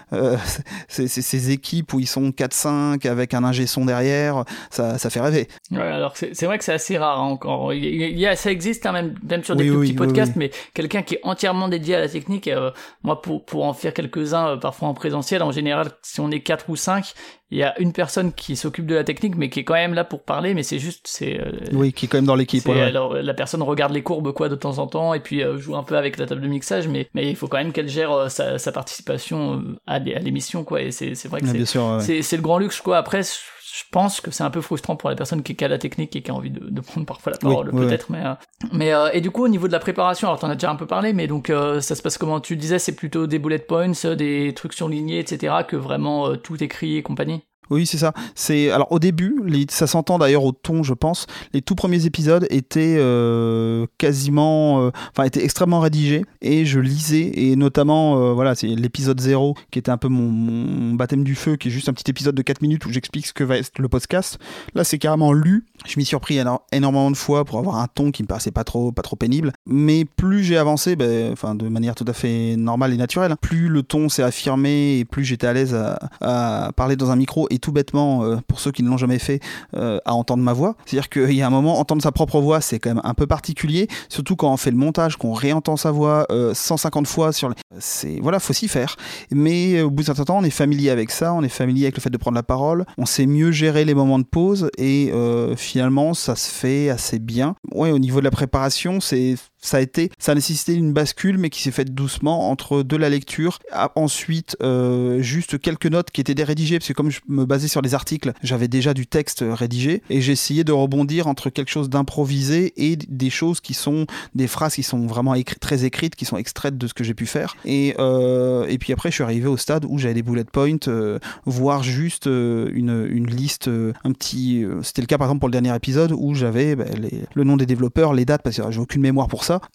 ces équipes où ils sont 4-5 avec un ingé son derrière. Ça fait rêver. Ouais, alors c'est vrai que c'est assez rare, hein, encore. Ça existe, hein, même sur des plus petits podcasts, mais quelqu'un qui est entièrement dédié à la technique. Moi, pour en faire quelques-uns, parfois en présentiel, en général, si on est 4 ou 5, il y a une personne qui s'occupe de la technique, mais qui est quand même là pour parler, mais c'est juste, oui, qui est quand même dans l'équipe. Ouais. Alors, la personne regarde les courbes, de temps en temps, et puis joue un peu avec la table de mixage, mais il faut quand même qu'elle gère sa participation à l'émission, quoi, et c'est vrai que bien sûr, ouais. c'est le grand luxe, quoi. Après, je pense que c'est un peu frustrant pour la personne qui est qu'à la technique et qui a envie de prendre parfois la parole, peut-être, mais et du coup, au niveau de la préparation, alors t'en as déjà un peu parlé, mais donc ça se passe comment? Tu disais c'est plutôt des bullet points, des trucs surlignés, etc., que vraiment tout écrit et compagnie? Oui, c'est ça. Alors au début, ça s'entend d'ailleurs au ton, je pense. Les tout premiers épisodes étaient étaient extrêmement rédigés et je lisais, et notamment c'est l'épisode 0 qui était un peu mon baptême du feu, qui est juste un petit épisode de 4 minutes où j'explique ce que va être le podcast. Là, c'est carrément lu. Je m'y suis repris énormément de fois pour avoir un ton qui me paraissait pas trop pénible. Mais plus j'ai avancé, de manière tout à fait normale et naturelle, plus le ton s'est affirmé et plus j'étais à l'aise à parler dans un micro, et tout bêtement, pour ceux qui ne l'ont jamais fait, à entendre ma voix. C'est-à-dire qu'il y a un moment, entendre sa propre voix, c'est quand même un peu particulier, surtout quand on fait le montage, qu'on réentend sa voix 150 fois sur faut s'y faire. Mais au bout d'un certain temps, on est familier avec ça, on est familier avec le fait de prendre la parole, on sait mieux gérer les moments de pause, et finalement, ça se fait assez bien. Ouais, au niveau de la préparation, ça a nécessité une bascule, mais qui s'est faite doucement entre de la lecture, ensuite juste quelques notes qui étaient dérédigées, parce que comme je me basais sur les articles, j'avais déjà du texte rédigé, et j'ai essayé de rebondir entre quelque chose d'improvisé et des choses qui sont des phrases qui sont vraiment très écrites, qui sont extraites de ce que j'ai pu faire, et puis après je suis arrivé au stade où j'avais des bullet points, voire juste une liste, c'était le cas par exemple pour le dernier épisode où j'avais le nom des développeurs, les dates, parce que j'ai aucune mémoire pour ça,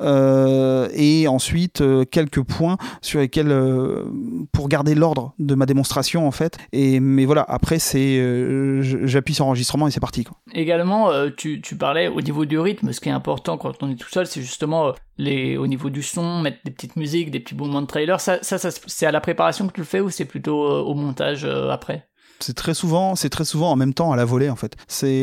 et ensuite quelques points sur lesquels pour garder l'ordre de ma démonstration en fait, mais voilà, après j'appuie sur enregistrement et c'est parti, quoi. Également, tu parlais au niveau du rythme, ce qui est important quand on est tout seul, c'est justement au niveau du son, mettre des petites musiques, des petits moments de trailer, ça c'est à la préparation que tu le fais, ou c'est plutôt au montage après? C'est très souvent en même temps à la volée en fait.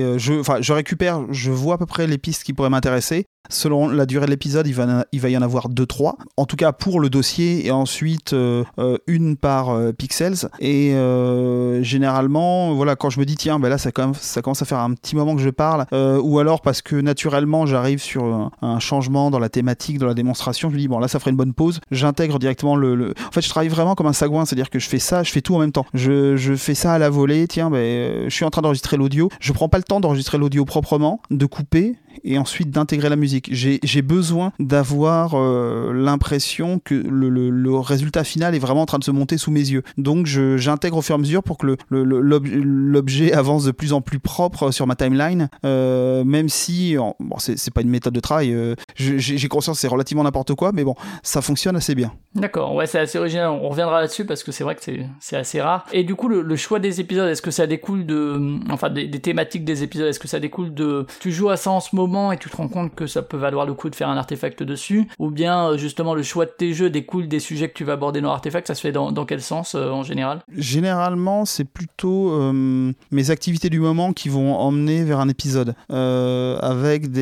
Je récupère, je vois à peu près les pistes qui pourraient m'intéresser. Selon la durée de l'épisode, il va y en avoir 2-3, en tout cas pour le dossier, et ensuite une par Pixels. Et généralement, voilà, quand je me dis tiens, là ça commence à faire un petit moment que je parle, ou alors parce que naturellement j'arrive sur un changement dans la thématique, dans la démonstration, je me dis bon là ça ferait une bonne pause. J'intègre directement En fait, je travaille vraiment comme un sagouin, c'est-à-dire que je fais tout en même temps. Je fais ça à la volée. Tiens, je suis en train d'enregistrer l'audio. Je prends pas le temps d'enregistrer l'audio proprement, de couper et ensuite d'intégrer la musique. J'ai besoin d'avoir l'impression que le résultat final est vraiment en train de se monter sous mes yeux. Donc j'intègre au fur et à mesure pour que l'objet avance de plus en plus propre sur ma timeline, même si c'est pas une méthode de travail, j'ai conscience que c'est relativement n'importe quoi, mais bon, ça fonctionne assez bien. D'accord, ouais, c'est assez original, on reviendra là-dessus parce que c'est vrai que c'est assez rare. Et du coup, le choix des épisodes, est-ce que ça découle des thématiques des épisodes, est-ce que ça découle tu joues à ça en ce moment et tu te rends compte que ça peut valoir le coup de faire un artefact dessus, ou bien justement le choix de tes jeux découle des sujets que tu vas aborder dans l'artefact, ça se fait dans quel sens en général? Généralement, c'est plutôt mes activités du moment qui vont emmener vers un épisode, avec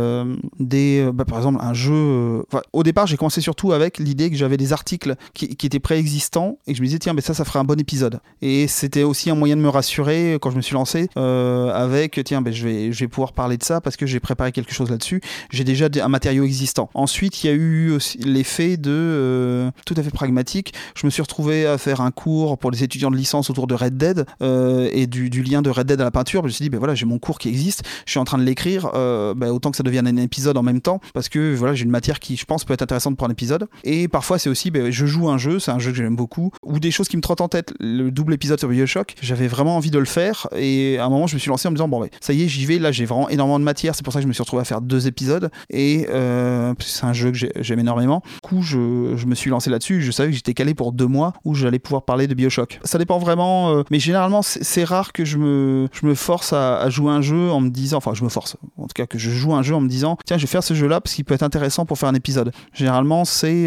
par exemple un jeu. Au départ, j'ai commencé surtout avec l'idée que j'avais des articles qui étaient préexistants et que je me disais tiens, ça ferait un bon épisode. Et c'était aussi un moyen de me rassurer quand je me suis lancé, avec tiens, je vais pouvoir parler de ça parce que j'ai préparé quelque chose là-dessus. J'ai déjà un matériau existant. Ensuite, il y a eu aussi l'effet tout à fait pragmatique. Je me suis retrouvé à faire un cours pour les étudiants de licence autour de Red Dead, et du lien de Red Dead à la peinture. Je me suis dit, voilà, j'ai mon cours qui existe, je suis en train de l'écrire, autant que ça devienne un épisode en même temps, parce que voilà, j'ai une matière qui, je pense, peut être intéressante pour un épisode. Et parfois, c'est aussi, je joue un jeu, c'est un jeu que j'aime beaucoup, ou des choses qui me trottent en tête. Le double épisode sur BioShock, j'avais vraiment envie de le faire, et à un moment, je me suis lancé en me disant, ça y est, j'y vais, là, j'ai vraiment énormément de matière, c'est pour ça que je me suis retrouvé à faire 2 épisodes, et c'est un jeu que j'aime énormément. Du coup, je me suis lancé là-dessus, je savais que j'étais calé pour 2 mois où j'allais pouvoir parler de BioShock. Ça dépend vraiment, mais généralement, c'est rare que je me force à jouer un jeu en me disant, je me force, en tout cas que je joue un jeu en me disant, tiens, je vais faire ce jeu-là parce qu'il peut être intéressant pour faire un épisode. Généralement, c'est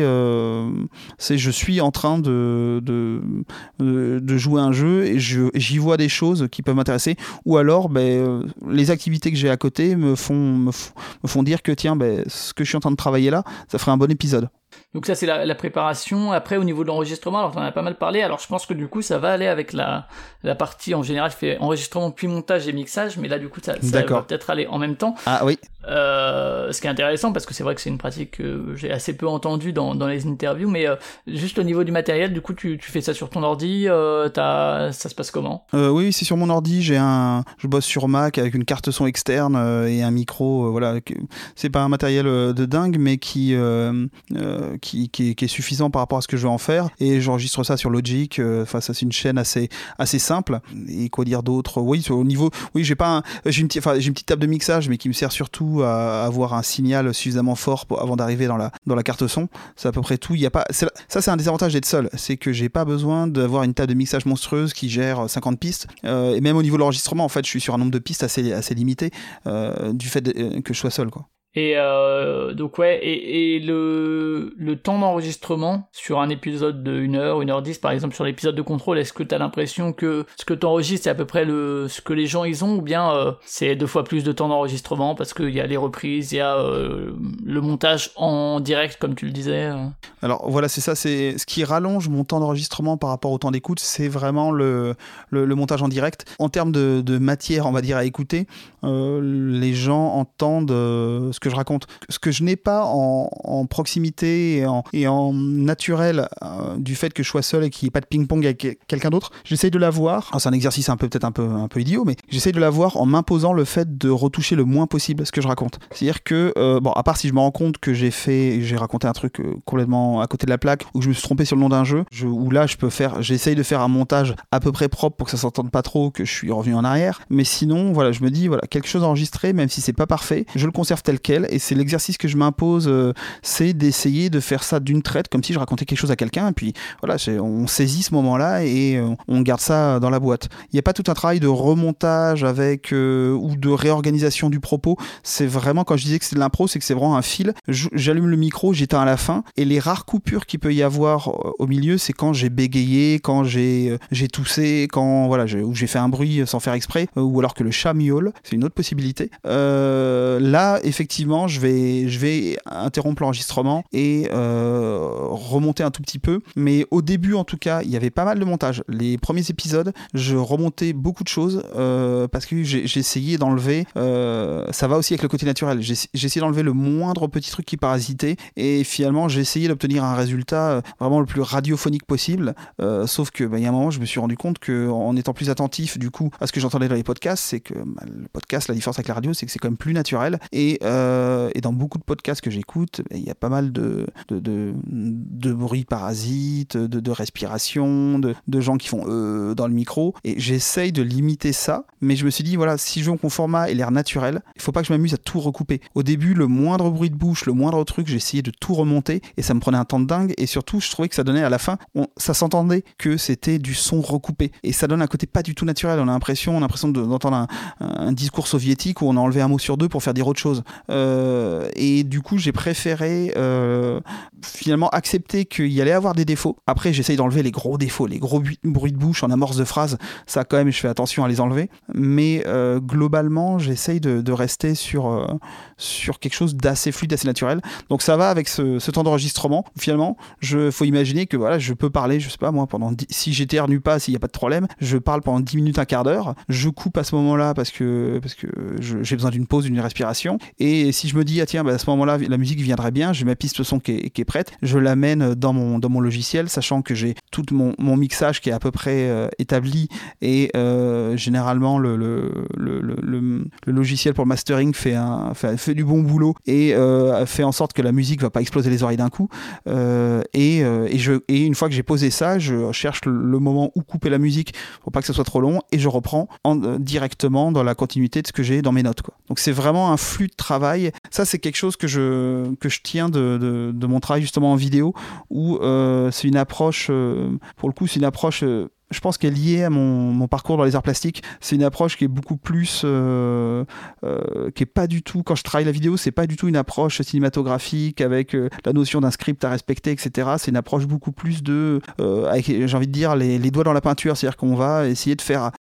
je suis en train de jouer un jeu et j'y vois des choses qui peuvent m'intéresser, ou alors les activités que j'ai à côté me font dire que tiens, ce que je suis en train de travailler là, ça ferait un bon épisode. Donc ça c'est la préparation. Après au niveau de l'enregistrement, alors t'en as pas mal parlé, alors je pense que du coup ça va aller avec la partie en général, je fais enregistrement puis montage et mixage, mais là du coup ça va peut-être aller en même temps. Ah oui. Ce qui est intéressant parce que c'est vrai que c'est une pratique que j'ai assez peu entendue dans les interviews, mais juste au niveau du matériel, du coup tu fais ça sur ton ordi, ça se passe comment? Oui, c'est sur mon ordi, je bosse sur Mac avec une carte son externe et un micro, voilà, c'est pas un matériel de dingue, mais qui est suffisant par rapport à ce que je veux en faire, et j'enregistre ça sur Logic. Enfin ça c'est une chaîne assez simple. Et quoi dire d'autre? Oui, au niveau, oui, j'ai une petite table de mixage, mais qui me sert surtout à avoir un signal suffisamment fort avant d'arriver dans la carte son. C'est à peu près tout. Il y a pas, ça c'est un désavantage d'être seul, c'est que j'ai pas besoin d'avoir une table de mixage monstrueuse qui gère 50 pistes. Et même au niveau de l'enregistrement, en fait, je suis sur un nombre de pistes assez limité du fait que je sois seul, quoi. Et donc ouais, et le temps d'enregistrement sur un épisode de 1h, 1h10 par exemple, sur l'épisode de contrôle, est-ce que t'as l'impression que ce que t'enregistres c'est à peu près ce que les gens ils ont, ou bien c'est 2 fois plus de temps d'enregistrement parce qu'il y a les reprises, il y a le montage en direct comme tu le disais? Alors voilà, c'est ça, c'est ce qui rallonge mon temps d'enregistrement par rapport au temps d'écoute, c'est vraiment le montage en direct. En termes de matière, on va dire, à écouter, les gens entendent ce que je raconte. Ce que je n'ai pas en proximité et en naturel du fait que je sois seul et qu'il n'y ait pas de ping-pong avec quelqu'un d'autre, j'essaye de l'avoir. C'est un exercice peut-être un peu idiot, mais j'essaye de l'avoir en m'imposant le fait de retoucher le moins possible ce que je raconte. C'est-à-dire que, à part si je me rends compte que j'ai raconté un truc complètement à côté de la plaque, ou que je me suis trompé sur le nom d'un jeu, où là j'essaye de faire un montage à peu près propre pour que ça s'entende pas trop, que je suis revenu en arrière. Mais sinon, voilà, je me dis, voilà, quelque chose enregistré, même si c'est pas parfait, je le conserve tel quel, et c'est l'exercice que je m'impose, c'est d'essayer de faire ça d'une traite, comme si je racontais quelque chose à quelqu'un, et puis voilà, on saisit ce moment-là et on garde ça dans la boîte. Il n'y a pas tout un travail de remontage avec ou de réorganisation du propos. C'est vraiment, quand je disais que c'est de l'impro, c'est que c'est vraiment un fil. J'allume le micro, j'éteins à la fin, et les rares coupures qu'il peut y avoir au milieu, c'est quand j'ai bégayé, quand j'ai toussé, quand voilà, où j'ai fait un bruit sans faire exprès, ou alors que le chat miaule, c'est une autre possibilité. Là, effectivement, je vais interrompre l'enregistrement et remonter un tout petit peu. Mais au début, en tout cas, il y avait pas mal de montage. Les premiers épisodes, je remontais beaucoup de choses parce que j'ai essayé d'enlever. Ça va aussi avec le côté naturel. J'ai essayé d'enlever le moindre petit truc qui parasitait, et finalement, j'ai essayé d'obtenir un résultat vraiment le plus radiophonique possible. Sauf que, il y a un moment, je me suis rendu compte qu'en étant plus attentif, du coup, à ce que j'entendais dans les podcasts, c'est que le podcast, la différence avec la radio, c'est que c'est quand même plus naturel. Et dans beaucoup de podcasts que j'écoute, il y a pas mal de bruits parasites, de respiration, de gens qui font dans le micro, et j'essaye de limiter ça, mais je me suis dit, voilà, si je veux que mon format ait l'air naturel, il faut pas que je m'amuse à tout recouper. Au début, le moindre bruit de bouche, le moindre truc, j'essayais de tout remonter, et ça me prenait un temps de dingue, et surtout, je trouvais que ça donnait à la fin, ça s'entendait que c'était du son recoupé, et ça donne un côté pas du tout naturel. On a l'impression d'entendre un discours soviétique où on a enlevé un mot sur deux pour faire dire autre chose. Et du coup, j'ai préféré finalement accepter qu'il y allait avoir des défauts. Après, j'essaye d'enlever les gros défauts, les gros bruits de bouche en amorce de phrase. Ça, quand même, je fais attention à les enlever. Mais globalement, j'essaye de rester sur quelque chose d'assez fluide, d'assez naturel. Donc ça va avec ce temps d'enregistrement. Finalement, faut imaginer que voilà, je peux parler, je sais pas moi, si j'éternue pas, s'il n'y a pas de problème, je parle pendant 10 minutes, un quart d'heure. Je coupe à ce moment-là parce que j'ai besoin d'une pause, d'une respiration. Et si je me dis, à ce moment-là, la musique viendrait bien, j'ai ma piste son qui est prête, je l'amène dans mon logiciel, sachant que j'ai tout mon mixage qui est à peu près établi, et généralement le logiciel pour le mastering fait du bon boulot et fait en sorte que la musique va pas exploser les oreilles d'un coup. Et une fois que j'ai posé ça, je cherche le moment où couper la musique pour pas que ça soit trop long, et je reprends directement dans la continuité de ce que j'ai dans mes notes, quoi. Donc c'est vraiment un flux de travail. Ça, c'est quelque chose que je tiens de mon travail justement en vidéo, où c'est une approche, pour le coup, c'est une approche je pense qu'elle est liée à mon parcours dans les arts plastiques. C'est une approche qui est beaucoup plus qui est pas du tout, quand je travaille la vidéo, c'est pas du tout une approche cinématographique avec la notion d'un script à respecter, etc. C'est une approche beaucoup plus avec, j'ai envie de dire, les doigts dans la peinture. C'est-à-dire qu'on va essayer de faire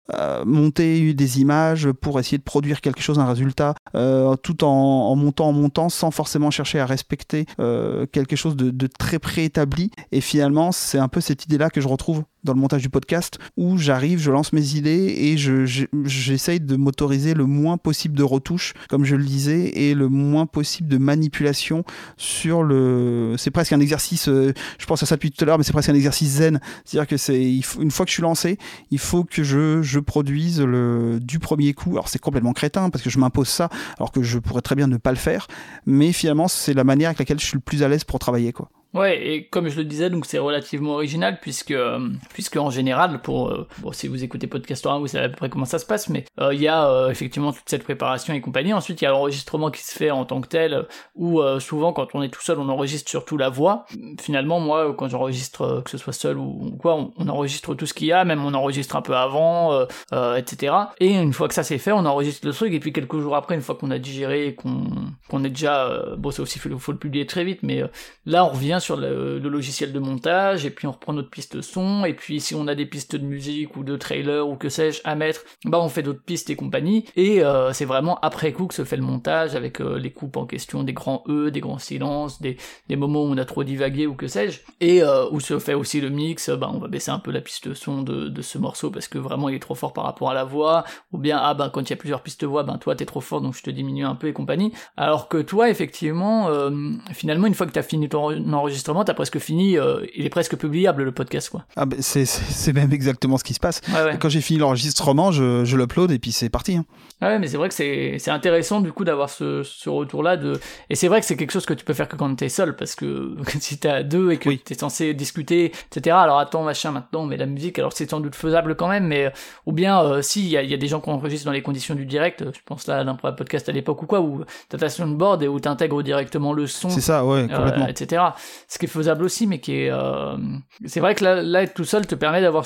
monter des images, pour essayer de produire quelque chose, un résultat, tout en montant sans forcément chercher à respecter quelque chose de très préétabli. Et finalement, c'est un peu cette idée-là que je retrouve dans le montage du podcast, où j'arrive, je lance mes idées et j'essaye de m'autoriser le moins possible de retouches, comme je le disais, et le moins possible de manipulation sur le... C'est presque un exercice, je pense à ça depuis tout à l'heure, mais c'est presque un exercice zen. C'est-à-dire que une fois que je suis lancé, il faut que je produise du premier coup. Alors c'est complètement crétin, parce que je m'impose ça, alors que je pourrais très bien ne pas le faire, mais finalement, c'est la manière avec laquelle je suis le plus à l'aise pour travailler, quoi. Ouais, et comme je le disais, donc c'est relativement original puisque en général, si vous écoutez Podcastora, vous savez à peu près comment ça se passe, mais il y a effectivement toute cette préparation et compagnie. Ensuite, il y a l'enregistrement qui se fait en tant que tel, où souvent quand on est tout seul, on enregistre surtout la voix. Finalement, moi, quand j'enregistre, que ce soit seul ou quoi, on enregistre tout ce qu'il y a, même on enregistre un peu avant, etc. Et une fois que ça c'est fait, on enregistre le truc, et puis quelques jours après, une fois qu'on a digéré et qu'on est déjà, ça aussi faut le publier très vite, mais là on revient sur le logiciel de montage, et puis on reprend notre piste son, et puis si on a des pistes de musique ou de trailer ou que sais-je à mettre, on fait d'autres pistes et compagnie, et c'est vraiment après coup que se fait le montage, avec les coupes en question, des grands E, des grands silences, des moments où on a trop divagué ou que sais-je, et où se fait aussi le mix, on va baisser un peu la piste son de ce morceau parce que vraiment il est trop fort par rapport à la voix, ou bien quand il y a plusieurs pistes voix, toi t'es trop fort donc je te diminue un peu et compagnie, alors que toi effectivement, finalement une fois que t'as fini ton enregistrement, t'as presque fini, il est presque publiable le podcast, quoi. Ah ben c'est même exactement ce qui se passe. Ouais. Quand j'ai fini l'enregistrement, je l'upload et puis c'est parti. Hein. Ouais, mais c'est vrai que c'est intéressant du coup d'avoir ce retour-là et c'est vrai que c'est quelque chose que tu peux faire que quand t'es seul, parce que si t'es à deux et que t'es censé discuter, etc. Alors attends, machin, maintenant on met la musique, alors c'est sans doute faisable quand même, mais ou bien si il y a des gens qui enregistrent dans les conditions du direct, je pense là à l'Impro Podcast à l'époque ou quoi, où t'as ta soundboard et où t'intègres directement le son. C'est ça, ouais, complètement. Etc. Ce qui est faisable aussi, mais qui est c'est vrai que là être tout seul te permet d'avoir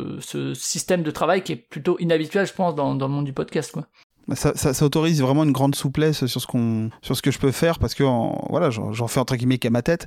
ce système de travail qui est plutôt inhabituel, je pense, dans le monde du podcast, quoi. Ça autorise vraiment une grande souplesse sur ce que je peux faire, parce que voilà, j'en fais entre guillemets qu'à ma tête,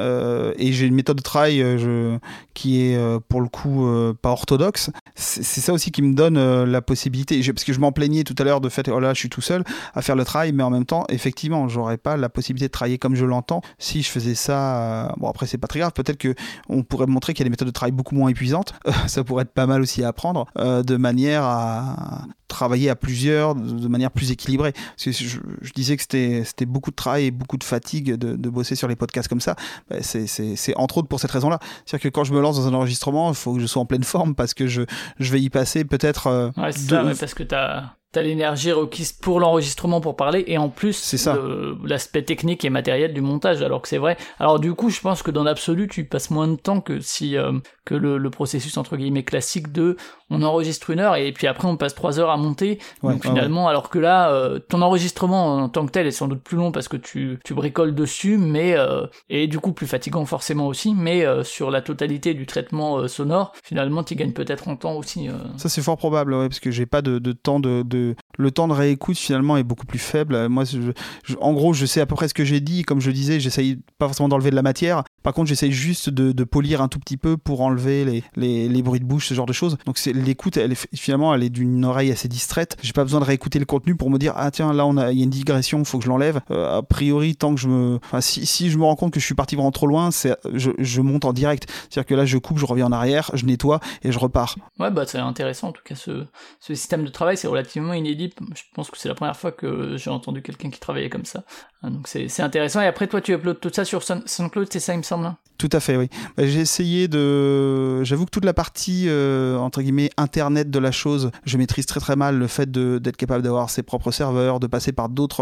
et j'ai une méthode de travail qui est pour le coup pas orthodoxe. C'est ça aussi qui me donne la possibilité, parce que je m'en plaignais tout à l'heure de fait, oh là je suis tout seul à faire le travail, mais en même temps effectivement j'aurais pas la possibilité de travailler comme je l'entends si je faisais ça. Bon après c'est pas très grave, peut-être que on pourrait montrer qu'il y a des méthodes de travail beaucoup moins épuisantes, ça pourrait être pas mal aussi à apprendre, de manière à travailler à plusieurs, de manière plus équilibrée. Parce que je disais que c'était beaucoup de travail et beaucoup de fatigue de bosser sur les podcasts comme ça. C'est entre autres pour cette raison-là. C'est-à-dire que quand je me lance dans un enregistrement, il faut que je sois en pleine forme, parce que je vais y passer peut-être... parce que t'as l'énergie requise pour l'enregistrement, pour parler, et en plus l'aspect technique et matériel du montage, alors que c'est vrai. Alors du coup, je pense que dans l'absolu, tu passes moins de temps que si que le processus entre guillemets classique de on enregistre 1 heure et puis après on passe 3 heures à monter. Donc finalement, alors que là, ton enregistrement en tant que tel est sans doute plus long parce que tu bricoles dessus, mais et du coup plus fatigant forcément aussi, mais sur la totalité du traitement sonore, finalement tu gagnes peut-être en temps aussi. Ça c'est fort probable, parce que j'ai pas de temps le temps de réécoute finalement est beaucoup plus faible. Moi, en gros, je sais à peu près ce que j'ai dit. Comme je disais, j'essaye pas forcément d'enlever de la matière. Par contre, j'essaye juste de polir un tout petit peu pour enlever les bruits de bouche, ce genre de choses. Donc l'écoute, elle est d'une oreille assez distraite. J'ai pas besoin de réécouter le contenu pour me dire ah tiens là il y a une digression, faut que je l'enlève. A priori, tant que si je me rends compte que je suis parti vraiment trop loin, je monte en direct. C'est-à-dire que là, je coupe, je reviens en arrière, je nettoie et je repars. Ouais, c'est intéressant en tout cas ce système de travail, c'est relativement inédit. Je pense que c'est la première fois que j'ai entendu quelqu'un qui travaillait comme ça. Donc c'est intéressant. Et après, toi, tu uploads tout ça sur SoundCloud, c'est ça, il me semble, hein ? Tout à fait, oui. J'ai essayé j'avoue que toute la partie, entre guillemets, internet de la chose, je maîtrise très très mal. Le fait d'être capable d'avoir ses propres serveurs, de passer par d'autres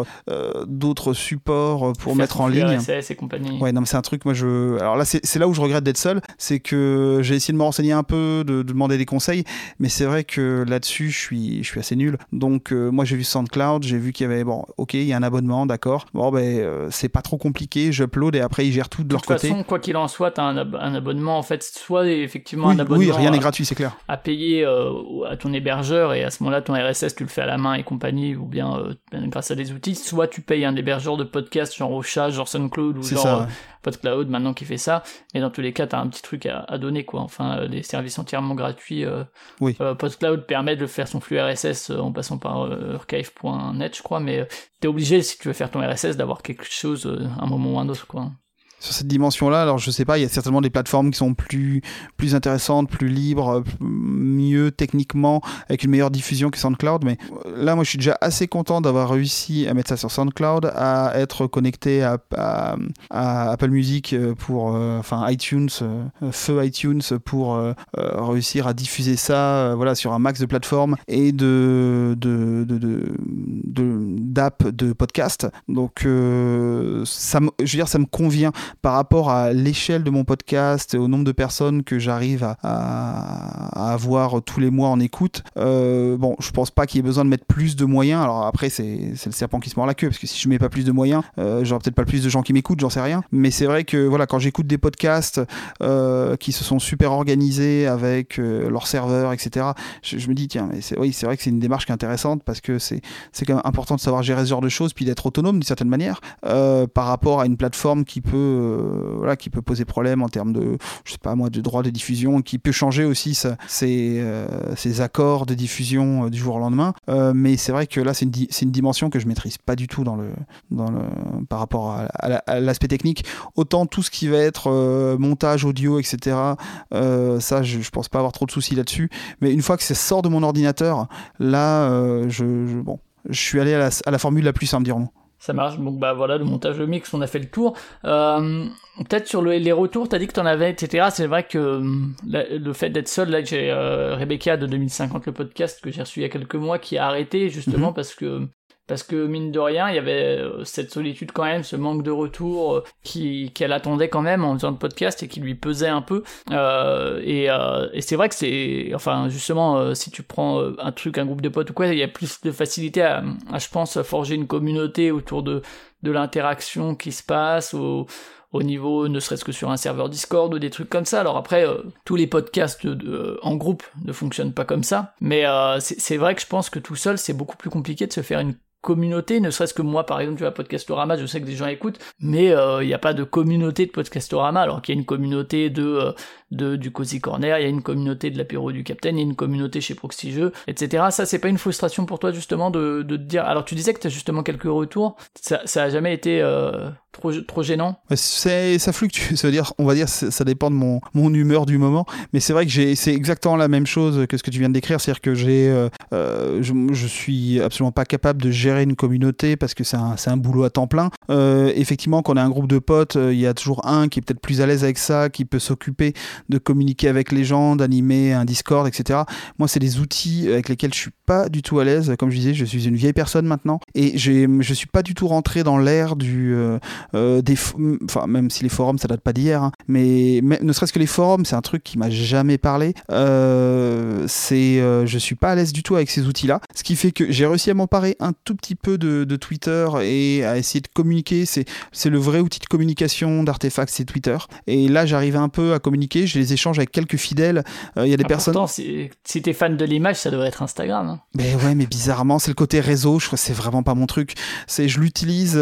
supports pour mettre en ligne. RSS et compagnie. Ouais, non, mais c'est un truc, moi, alors là, c'est là où je regrette d'être seul. C'est que j'ai essayé de me renseigner un peu, de demander des conseils, mais c'est vrai que là-dessus, je suis assez nul. Donc, moi, j'ai vu SoundCloud, j'ai vu qu'il y avait, il y a un abonnement, d'accord. C'est pas trop compliqué, j'upload et après, ils gèrent tout de leur côté. De toute façon, quoi qu'il en en soi, tu as un abonnement, en fait, soit effectivement un abonnement. Oui, rien n'est gratuit, c'est clair. À payer à ton hébergeur, et à ce moment-là, ton RSS, tu le fais à la main et compagnie, ou bien grâce à des outils. Soit tu payes un hébergeur de podcast, genre Ocha, genre SoundCloud, ou c'est genre ça, ouais. PodCloud, maintenant qui fait ça. Et dans tous les cas, tu as un petit truc à donner, quoi. Enfin, des services entièrement gratuits. Oui. PodCloud permet de faire son flux RSS en passant par archive.net, je crois, mais t'es obligé, si tu veux faire ton RSS, d'avoir quelque chose à un moment ou un autre, quoi. Sur cette dimension-là, alors je sais pas, il y a certainement des plateformes qui sont plus intéressantes, plus libres, mieux techniquement, avec une meilleure diffusion que SoundCloud, mais là, moi, je suis déjà assez content d'avoir réussi à mettre ça sur SoundCloud, à être connecté à Apple Music pour, iTunes, feu iTunes pour réussir à diffuser ça, voilà, sur un max de plateformes et d'app de podcast. Donc, ça me convient. Par rapport à l'échelle de mon podcast et au nombre de personnes que j'arrive à avoir tous les mois en écoute, je pense pas qu'il y ait besoin de mettre plus de moyens. Alors après, c'est le serpent qui se mord la queue, parce que si je mets pas plus de moyens, j'aurai peut-être pas plus de gens qui m'écoutent, j'en sais rien. Mais c'est vrai que voilà, quand j'écoute des podcasts qui se sont super organisés avec leurs serveurs, etc., je me dis, tiens, mais c'est vrai que c'est une démarche qui est intéressante, parce que c'est quand même important de savoir gérer ce genre de choses, puis d'être autonome d'une certaine manière, par rapport à une plateforme qui peut poser problème en termes de, je sais pas moi, de droits de diffusion, qui peut changer aussi ses accords de diffusion du jour au lendemain. Mais c'est vrai que là, c'est une dimension que je maîtrise pas du tout par rapport à l'aspect technique. Autant tout ce qui va être montage audio, etc. Ça, je pense pas avoir trop de soucis là-dessus. Mais une fois que ça sort de mon ordinateur, là, je suis allé à la formule la plus simple, dirons-nous. Ça marche, donc voilà, le montage, le mix, on a fait le tour. Peut-être sur les retours, t'as dit que t'en avais, etc. C'est vrai que le fait d'être seul, là, j'ai Rebecca de 2050, le podcast que j'ai reçu il y a quelques mois, qui a arrêté justement parce que mine de rien, il y avait cette solitude quand même, ce manque de retour qu'elle attendait quand même en faisant le podcast et qui lui pesait un peu. Et c'est vrai que c'est, enfin justement, si tu prends un groupe de potes ou quoi, il y a plus de facilité à je pense, forger une communauté autour de l'interaction qui se passe au niveau, ne serait-ce que sur un serveur Discord ou des trucs comme ça. Alors après, tous les podcasts en groupe ne fonctionnent pas comme ça, mais c'est vrai que je pense que tout seul, c'est beaucoup plus compliqué de se faire une communauté, ne serait-ce que moi par exemple, tu vois, Podcastorama, je sais que des gens écoutent, mais il n'y a pas de communauté de Podcastorama, alors qu'il y a une communauté du Cozy Corner, il y a une communauté de l'apéro du Capitaine, il y a une communauté chez Proxy Jeux, etc. Ça, c'est pas une frustration pour toi justement de te dire, alors tu disais que tu as justement quelques retours, ça a jamais été trop gênant? Ça fluctue, on va dire ça dépend de mon humeur du moment, mais c'est vrai que c'est exactement la même chose que ce que tu viens de décrire, c'est-à-dire que je suis absolument pas capable de gérer une communauté parce que c'est un boulot à temps plein. Effectivement, quand on a un groupe de potes, il y a toujours un qui est peut-être plus à l'aise avec ça, qui peut s'occuper de communiquer avec les gens, d'animer un Discord, etc. Moi, c'est des outils avec lesquels je suis pas du tout à l'aise. Comme je disais, je suis une vieille personne maintenant et je suis pas du tout rentré dans l'ère même si les forums ça date pas d'hier, hein, mais ne serait-ce que les forums, c'est un truc qui m'a jamais parlé. Je suis pas à l'aise du tout avec ces outils-là, ce qui fait que j'ai réussi à m'emparer un tout petit peu de Twitter et à essayer de communiquer. C'est le vrai outil de communication d'Artefact, c'est Twitter. Et là, j'arrive un peu à communiquer. J'ai les échanges avec quelques fidèles. Il y a des personnes. Pourtant, si t'es fan de l'image, ça devrait être Instagram. Hein. Mais ouais, mais bizarrement, c'est le côté réseau. Je crois que c'est vraiment pas mon truc. Je l'utilise.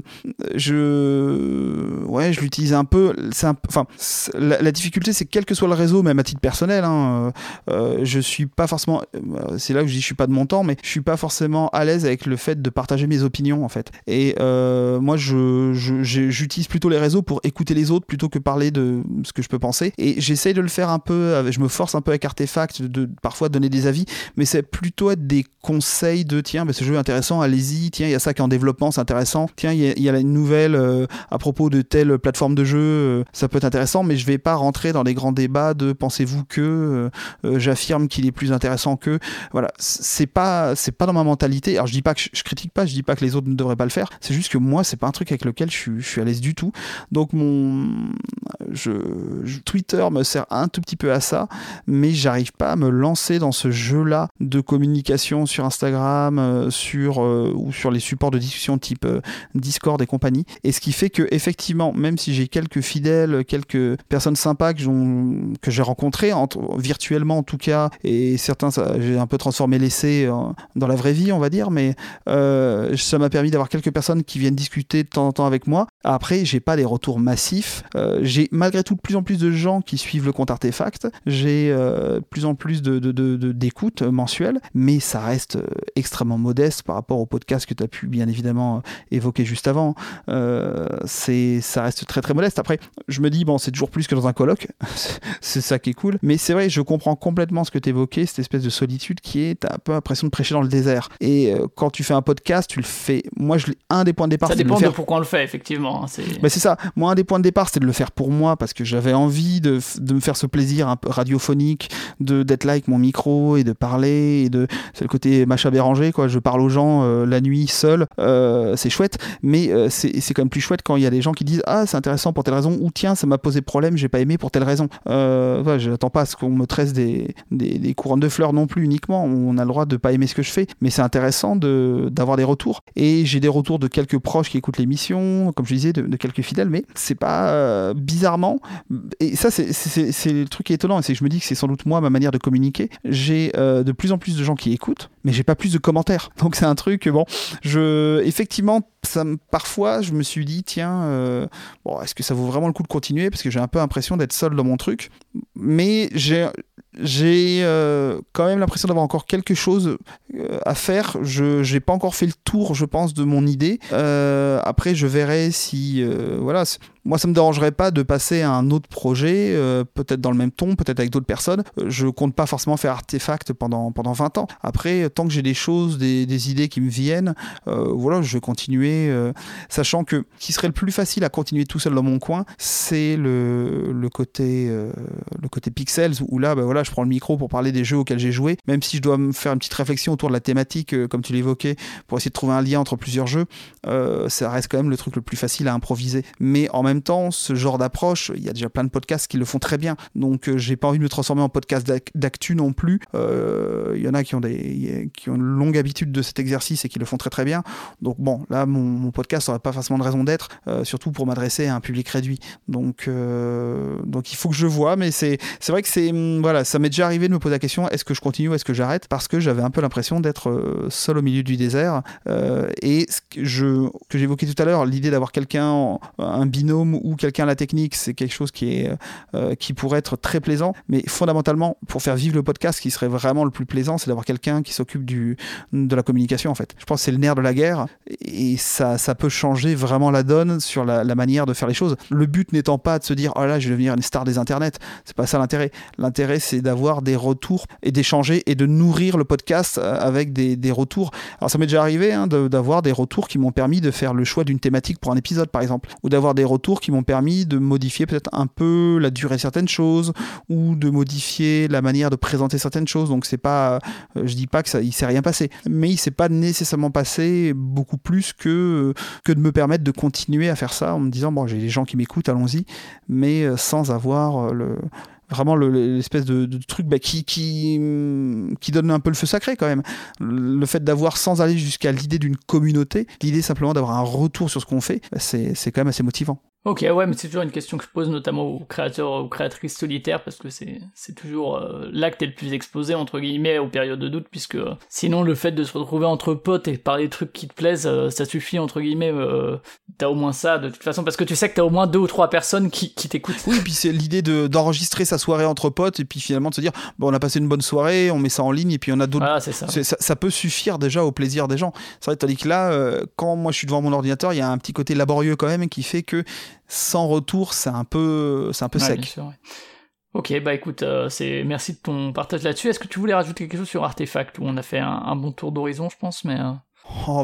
Je l'utilise un peu. La difficulté, c'est que quel que soit le réseau, même à titre personnel, hein, je suis pas forcément. C'est là où je dis je suis pas de mon temps, mais je suis pas forcément à l'aise avec le fait de partager mes opinions en fait. Et moi, j'utilise plutôt les réseaux pour écouter les autres plutôt que parler de ce que je peux penser. Et j'essaye de le faire un peu. Je me force un peu avec Artefact de parfois donner des avis, mais c'est plutôt être des conseils de tiens, ce jeu est intéressant, allez-y. Tiens, il y a ça qui est en développement, c'est intéressant. Tiens, il y a une nouvelle à propos de telle plateforme de jeu, ça peut être intéressant, mais je vais pas rentrer dans les grands débats de pensez-vous que j'affirme qu'il est plus intéressant que. Voilà, c'est pas dans ma mentalité. Alors je dis pas que je critique pas, je dis pas que les autres ne devraient pas le faire. C'est juste que moi, c'est pas un truc avec lequel je suis à l'aise du tout. Donc Twitter me sert un tout petit peu à ça, mais j'arrive pas à me lancer dans ce jeu-là de communication sur Instagram, ou sur les supports de discussion type Discord et compagnie. Et ce qui fait que effectivement, même si j'ai quelques fidèles, quelques personnes sympas que j'ai rencontrées, virtuellement en tout cas, et certains, j'ai un peu transformé l'essai dans la vraie vie, on va dire, mais ça m'a permis d'avoir quelques personnes qui viennent discuter de temps en temps avec moi. Après, j'ai pas des retours massifs. J'ai malgré tout de plus en plus de gens qui suivent le compte Artefact. J'ai de plus en plus d'écoutes mensuelles, mais ça reste extrêmement modeste par rapport au podcast que tu as pu bien évidemment évoquer juste avant. Ça reste très très modeste. Après, je me dis, bon, c'est toujours plus que dans un colloque. C'est ça qui est cool. Mais c'est vrai, je comprends complètement ce que tu évoquais, cette espèce de solitude qui est, t'as un peu l'impression de prêcher dans le désert. Et quand tu fais un podcast, tu le fais. Moi, un des points de départ, ça c'est dépend de le faire. de pourquoi on le fait, effectivement. Mais c'est ça. Moi, un des points de départ, c'était de le faire pour moi parce que j'avais envie de me faire ce plaisir un peu radiophonique, d'être là avec mon micro et de parler. C'est le côté Macha Béranger, quoi. Je parle aux gens la nuit seul. C'est chouette, mais c'est quand même plus chouette quand il y a des gens qui disent ah, c'est intéressant pour telle raison, ou tiens, ça m'a posé problème, j'ai pas aimé pour telle raison. Voilà, je n'attends pas à ce qu'on me tresse des couronnes de fleurs non plus uniquement. On a le droit de pas aimer ce que je fais, mais c'est intéressant d'avoir des retours. Et j'ai des retours de quelques proches qui écoutent l'émission, comme je disais, de quelques fidèles, mais c'est pas bizarrement. Et ça, c'est le truc qui est étonnant, c'est que je me dis que c'est sans doute moi, ma manière de communiquer. J'ai de plus en plus de gens qui écoutent, mais j'ai pas plus de commentaires. Donc c'est un truc, bon, effectivement, parfois, je me suis dit, tiens, bon, est-ce que ça vaut vraiment le coup de continuer? Parce que j'ai un peu l'impression d'être seul dans mon truc. Mais j'ai quand même l'impression d'avoir encore quelque chose à faire. Je n'ai pas encore fait le tour, je pense, de mon idée. Après, je verrai si... voilà. Moi, ça me dérangerait pas de passer à un autre projet, peut-être dans le même ton, peut-être avec d'autres personnes. Je compte pas forcément faire Artefact pendant 20 ans. Après, tant que j'ai des choses, des idées qui me viennent, voilà, je vais continuer, sachant que ce qui serait le plus facile à continuer tout seul dans mon coin, c'est le côté Pixels, où là, voilà, je prends le micro pour parler des jeux auxquels j'ai joué, même si je dois me faire une petite réflexion autour de la thématique, comme tu l'évoquais, pour essayer de trouver un lien entre plusieurs jeux, ça reste quand même le truc le plus facile à improviser. Mais en même temps, ce genre d'approche, il y a déjà plein de podcasts qui le font très bien, donc j'ai pas envie de me transformer en podcast d'actu non plus. Il y en a qui ont une longue habitude de cet exercice et qui le font très très bien. Donc bon, là, mon podcast n'aurait pas forcément de raison d'être, surtout pour m'adresser à un public réduit. Donc il faut que je vois, mais c'est vrai que voilà, ça m'est déjà arrivé de me poser la question, est-ce que je continue ou est-ce que j'arrête, parce que j'avais un peu l'impression d'être seul au milieu du désert. Et ce que j'évoquais tout à l'heure, l'idée d'avoir quelqu'un, un binôme ou quelqu'un à la technique, c'est quelque chose qui pourrait être très plaisant, mais fondamentalement, pour faire vivre le podcast, ce qui serait vraiment le plus plaisant, c'est d'avoir quelqu'un qui s'occupe de la communication, en fait. Je pense que c'est le nerf de la guerre, et ça peut changer vraiment la donne sur la manière de faire les choses. Le but n'étant pas de se dire, oh là, je vais devenir une star des internets. C'est pas ça l'intérêt. L'intérêt, c'est d'avoir des retours et d'échanger et de nourrir le podcast avec des retours. Alors, ça m'est déjà arrivé d'avoir des retours qui m'ont permis de faire le choix d'une thématique pour un épisode, par exemple, ou d'avoir des retours qui m'ont permis de modifier peut-être un peu la durée de certaines choses, ou de modifier la manière de présenter certaines choses. Donc, c'est pas, je dis pas il s'est rien passé, mais il s'est pas nécessairement passé beaucoup plus que de me permettre de continuer à faire ça en me disant, bon, j'ai des gens qui m'écoutent, allons-y, mais sans avoir vraiment l'espèce de truc qui donne un peu le feu sacré quand même. Le fait d'avoir, sans aller jusqu'à l'idée d'une communauté, l'idée simplement d'avoir un retour sur ce qu'on fait, c'est quand même assez motivant. Ok, ouais, mais c'est toujours une question que je pose notamment aux créateurs, aux créatrices solitaires, parce que c'est toujours là que t'es le plus exposé, entre guillemets, aux périodes de doute, puisque sinon le fait de se retrouver entre potes et parler des trucs qui te plaisent, ça suffit, entre guillemets, t'as au moins ça de toute façon, parce que tu sais que t'as au moins 2 ou 3 personnes qui t'écoutent. Oui, et puis c'est l'idée d'enregistrer sa soirée entre potes, et puis finalement de se dire, bon, on a passé une bonne soirée, on met ça en ligne, et puis on a d'autres... Ah, c'est ça. Ça peut suffire déjà au plaisir des gens. C'est vrai, tandis que là, quand moi je suis devant mon ordinateur, il y a un petit côté laborieux quand même, qui fait que sans retour, c'est un peu sec. Bien sûr, ouais. Ok, bah écoute, merci de ton partage là-dessus. Est-ce que tu voulais rajouter quelque chose sur Artefact, où on a fait un bon tour d'horizon, je pense, mais...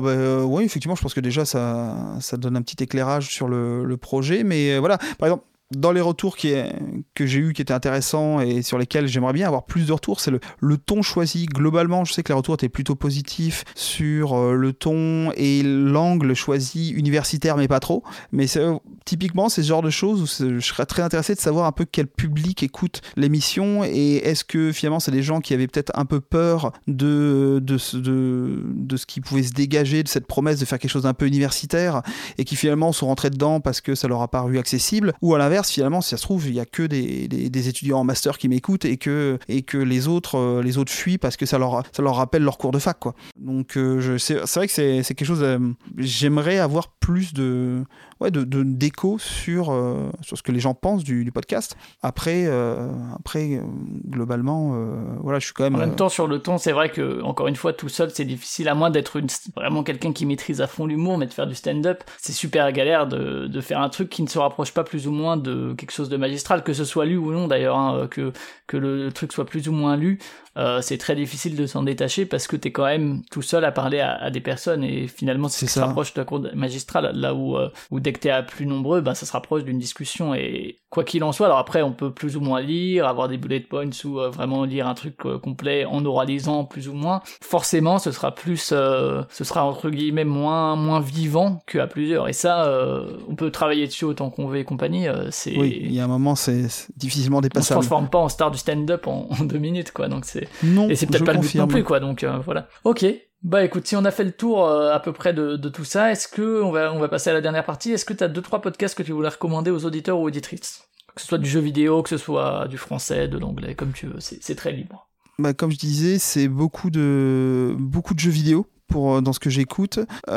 Oui, effectivement, je pense que déjà ça donne un petit éclairage sur le projet, mais voilà, par exemple, dans les retours que j'ai eu qui étaient intéressants et sur lesquels j'aimerais bien avoir plus de retours, c'est le ton choisi. Globalement, je sais que les retours étaient plutôt positifs sur le ton et l'angle choisi, universitaire mais pas trop. Mais typiquement, c'est ce genre de choses où je serais très intéressé de savoir un peu quel public écoute l'émission et est-ce que finalement c'est des gens qui avaient peut-être un peu peur de ce qui pouvait se dégager de cette promesse de faire quelque chose d'un peu universitaire et qui finalement sont rentrés dedans parce que ça leur a paru accessible, ou à l'inverse, finalement, si ça se trouve, il y a que des étudiants en master qui m'écoutent et que les autres fuient parce que ça leur rappelle leur cours de fac, quoi. Donc c'est vrai que c'est quelque chose, j'aimerais avoir plus d'écho sur ce que les gens pensent du podcast. Après globalement, voilà, je suis quand même... En même temps, sur le ton, c'est vrai que, encore une fois, tout seul, c'est difficile, à moins d'être vraiment quelqu'un qui maîtrise à fond l'humour, mais de faire du stand-up, c'est super galère de faire un truc qui ne se rapproche pas plus ou moins de quelque chose de magistral, que ce soit lu ou non d'ailleurs, hein, que le truc soit plus ou moins lu. C'est très difficile de s'en détacher parce que t'es quand même tout seul à parler à des personnes et finalement c'est ce qui se rapproche de la cour magistrale, là où dès que t'es à plus nombreux, ça se rapproche d'une discussion. Et quoi qu'il en soit, alors après on peut plus ou moins lire, avoir des bullet points ou vraiment lire un truc complet en oralisant plus ou moins, forcément ce sera entre guillemets moins vivant qu'à plusieurs, et ça on peut travailler dessus autant qu'on veut et compagnie. Oui, il y a un moment c'est difficilement dépassable. On se transforme pas en star du stand-up en 2 minutes, quoi, donc non, et c'est peut-être pas le but non plus, quoi, donc voilà. Ok, bah écoute, si on a fait le tour à peu près de tout ça, est-ce que on va passer à la dernière partie. Est-ce que t'as 2-3 podcasts que tu voulais recommander aux auditeurs ou auditrices, que ce soit du jeu vidéo, que ce soit du français, de l'anglais, comme tu veux, c'est très libre. Comme je disais, c'est beaucoup de jeux vidéo dans ce que j'écoute.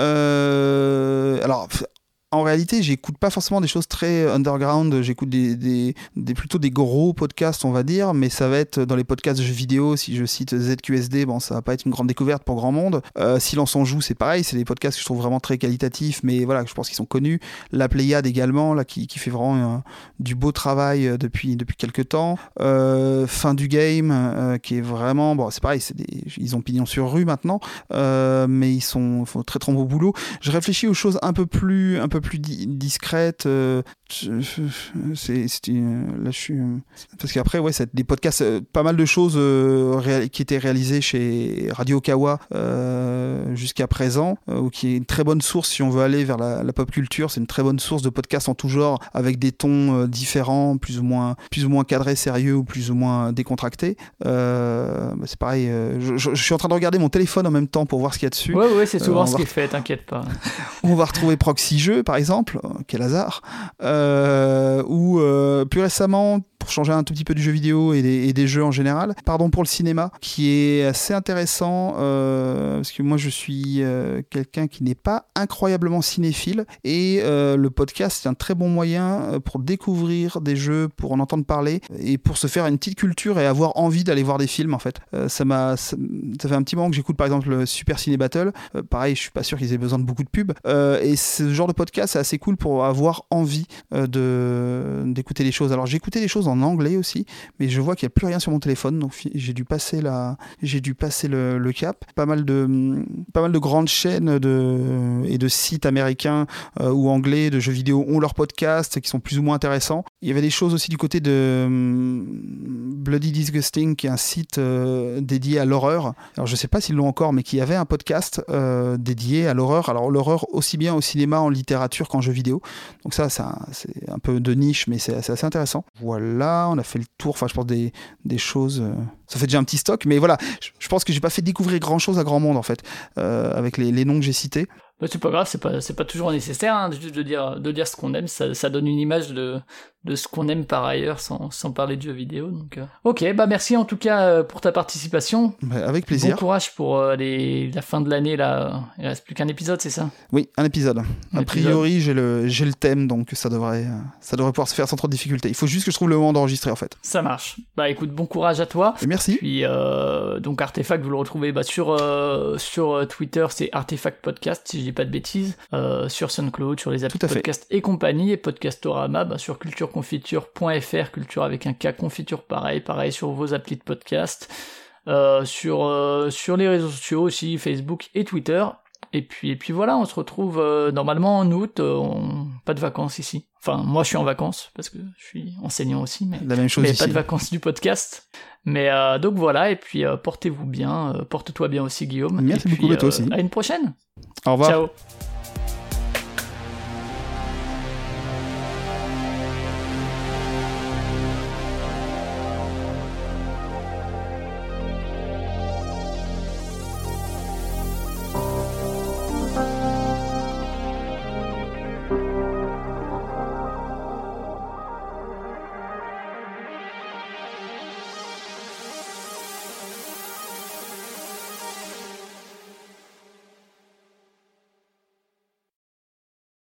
Alors en réalité, j'écoute pas forcément des choses très underground, j'écoute plutôt des gros podcasts, on va dire, mais ça va être dans les podcasts de jeux vidéo. Si je cite ZQSD, ça va pas être une grande découverte pour grand monde. Silence on joue, c'est pareil, c'est des podcasts que je trouve vraiment très qualitatifs, mais voilà, je pense qu'ils sont connus. La Pléiade également, là, qui fait vraiment du beau travail depuis quelques temps. Fin du game, qui est vraiment, c'est pareil, ils ont pignon sur rue maintenant, mais ils font très très beau boulot. Je réfléchis aux choses un peu plus discrète, parce qu'après c'est des podcasts, pas mal de choses qui étaient réalisées chez Radio Kawa jusqu'à présent, qui est une très bonne source si on veut aller vers la pop culture. C'est une très bonne source de podcasts en tout genre, avec des tons différents, plus ou moins cadrés, sérieux, ou plus ou moins décontractés. C'est pareil, je suis en train de regarder mon téléphone en même temps pour voir ce qu'il y a dessus. Ouais, c'est souvent ce qui est fait, t'inquiète pas. On va retrouver Proxy Jeux, par exemple, quel hasard, ou plus récemment, pour changer un tout petit peu du jeu vidéo et des jeux en général, Pardon pour le cinéma, qui est assez intéressant, parce que moi je suis quelqu'un qui n'est pas incroyablement cinéphile, et le podcast c'est un très bon moyen pour découvrir des jeux, pour en entendre parler, et pour se faire une petite culture et avoir envie d'aller voir des films, en fait. Ça fait un petit moment que j'écoute par exemple le Super Ciné Battle, pareil, je suis pas sûr qu'ils aient besoin de beaucoup de pubs, et ce genre de podcast c'est assez cool pour avoir envie d'écouter les choses. Alors j'ai écouté des choses en anglais aussi, mais je vois qu'il n'y a plus rien sur mon téléphone, donc j'ai dû passer le cap. Pas mal de grandes chaînes et de sites américains ou anglais de jeux vidéo ont leurs podcasts qui sont plus ou moins intéressants. Il y avait des choses aussi du côté de Bloody Disgusting, qui est un site dédié à l'horreur. Alors je sais pas s'ils l'ont encore, mais qui avait un podcast dédié à l'horreur. Alors l'horreur aussi bien au cinéma, en littérature qu'en jeux vidéo. Donc ça c'est un peu de niche, mais c'est assez intéressant. Voilà, on a fait le tour. Enfin, je pense des choses. Ça fait déjà un petit stock, mais voilà, je pense que j'ai pas fait découvrir grand chose à grand monde, en fait, avec les noms que j'ai cités. C'est pas grave, c'est pas toujours nécessaire, hein, juste de dire ce qu'on aime, ça donne une image de ce qu'on aime par ailleurs, sans parler de jeux vidéo. Donc, Ok, merci en tout cas pour ta participation. Avec plaisir. Bon courage pour la fin de l'année, là. Il reste plus qu'un épisode, c'est ça ? Oui, un épisode. A priori, j'ai le thème, donc ça devrait pouvoir se faire sans trop de difficulté. Il faut juste que je trouve le moment d'enregistrer, en fait. Ça marche. Écoute, bon courage à toi. Et merci. Puis donc Artefact, vous le retrouvez sur Twitter, c'est Artefact Podcast, si je dis pas de bêtises, sur SoundCloud, sur les applis podcast et compagnie, et Podcastorama, sur cultureconfiture.fr, culture avec un K, confiture pareil sur vos applis de podcast, sur les réseaux sociaux aussi, Facebook et Twitter. Et puis voilà, on se retrouve normalement en août, pas de vacances ici. Enfin, moi je suis en vacances, parce que je suis enseignant aussi, mais, La même chose mais ici. pas de vacances du podcast. Mais donc voilà, et puis portez-vous bien, porte-toi bien aussi Guillaume. Merci et beaucoup, puis, toi aussi. À une prochaine. Au revoir. Ciao.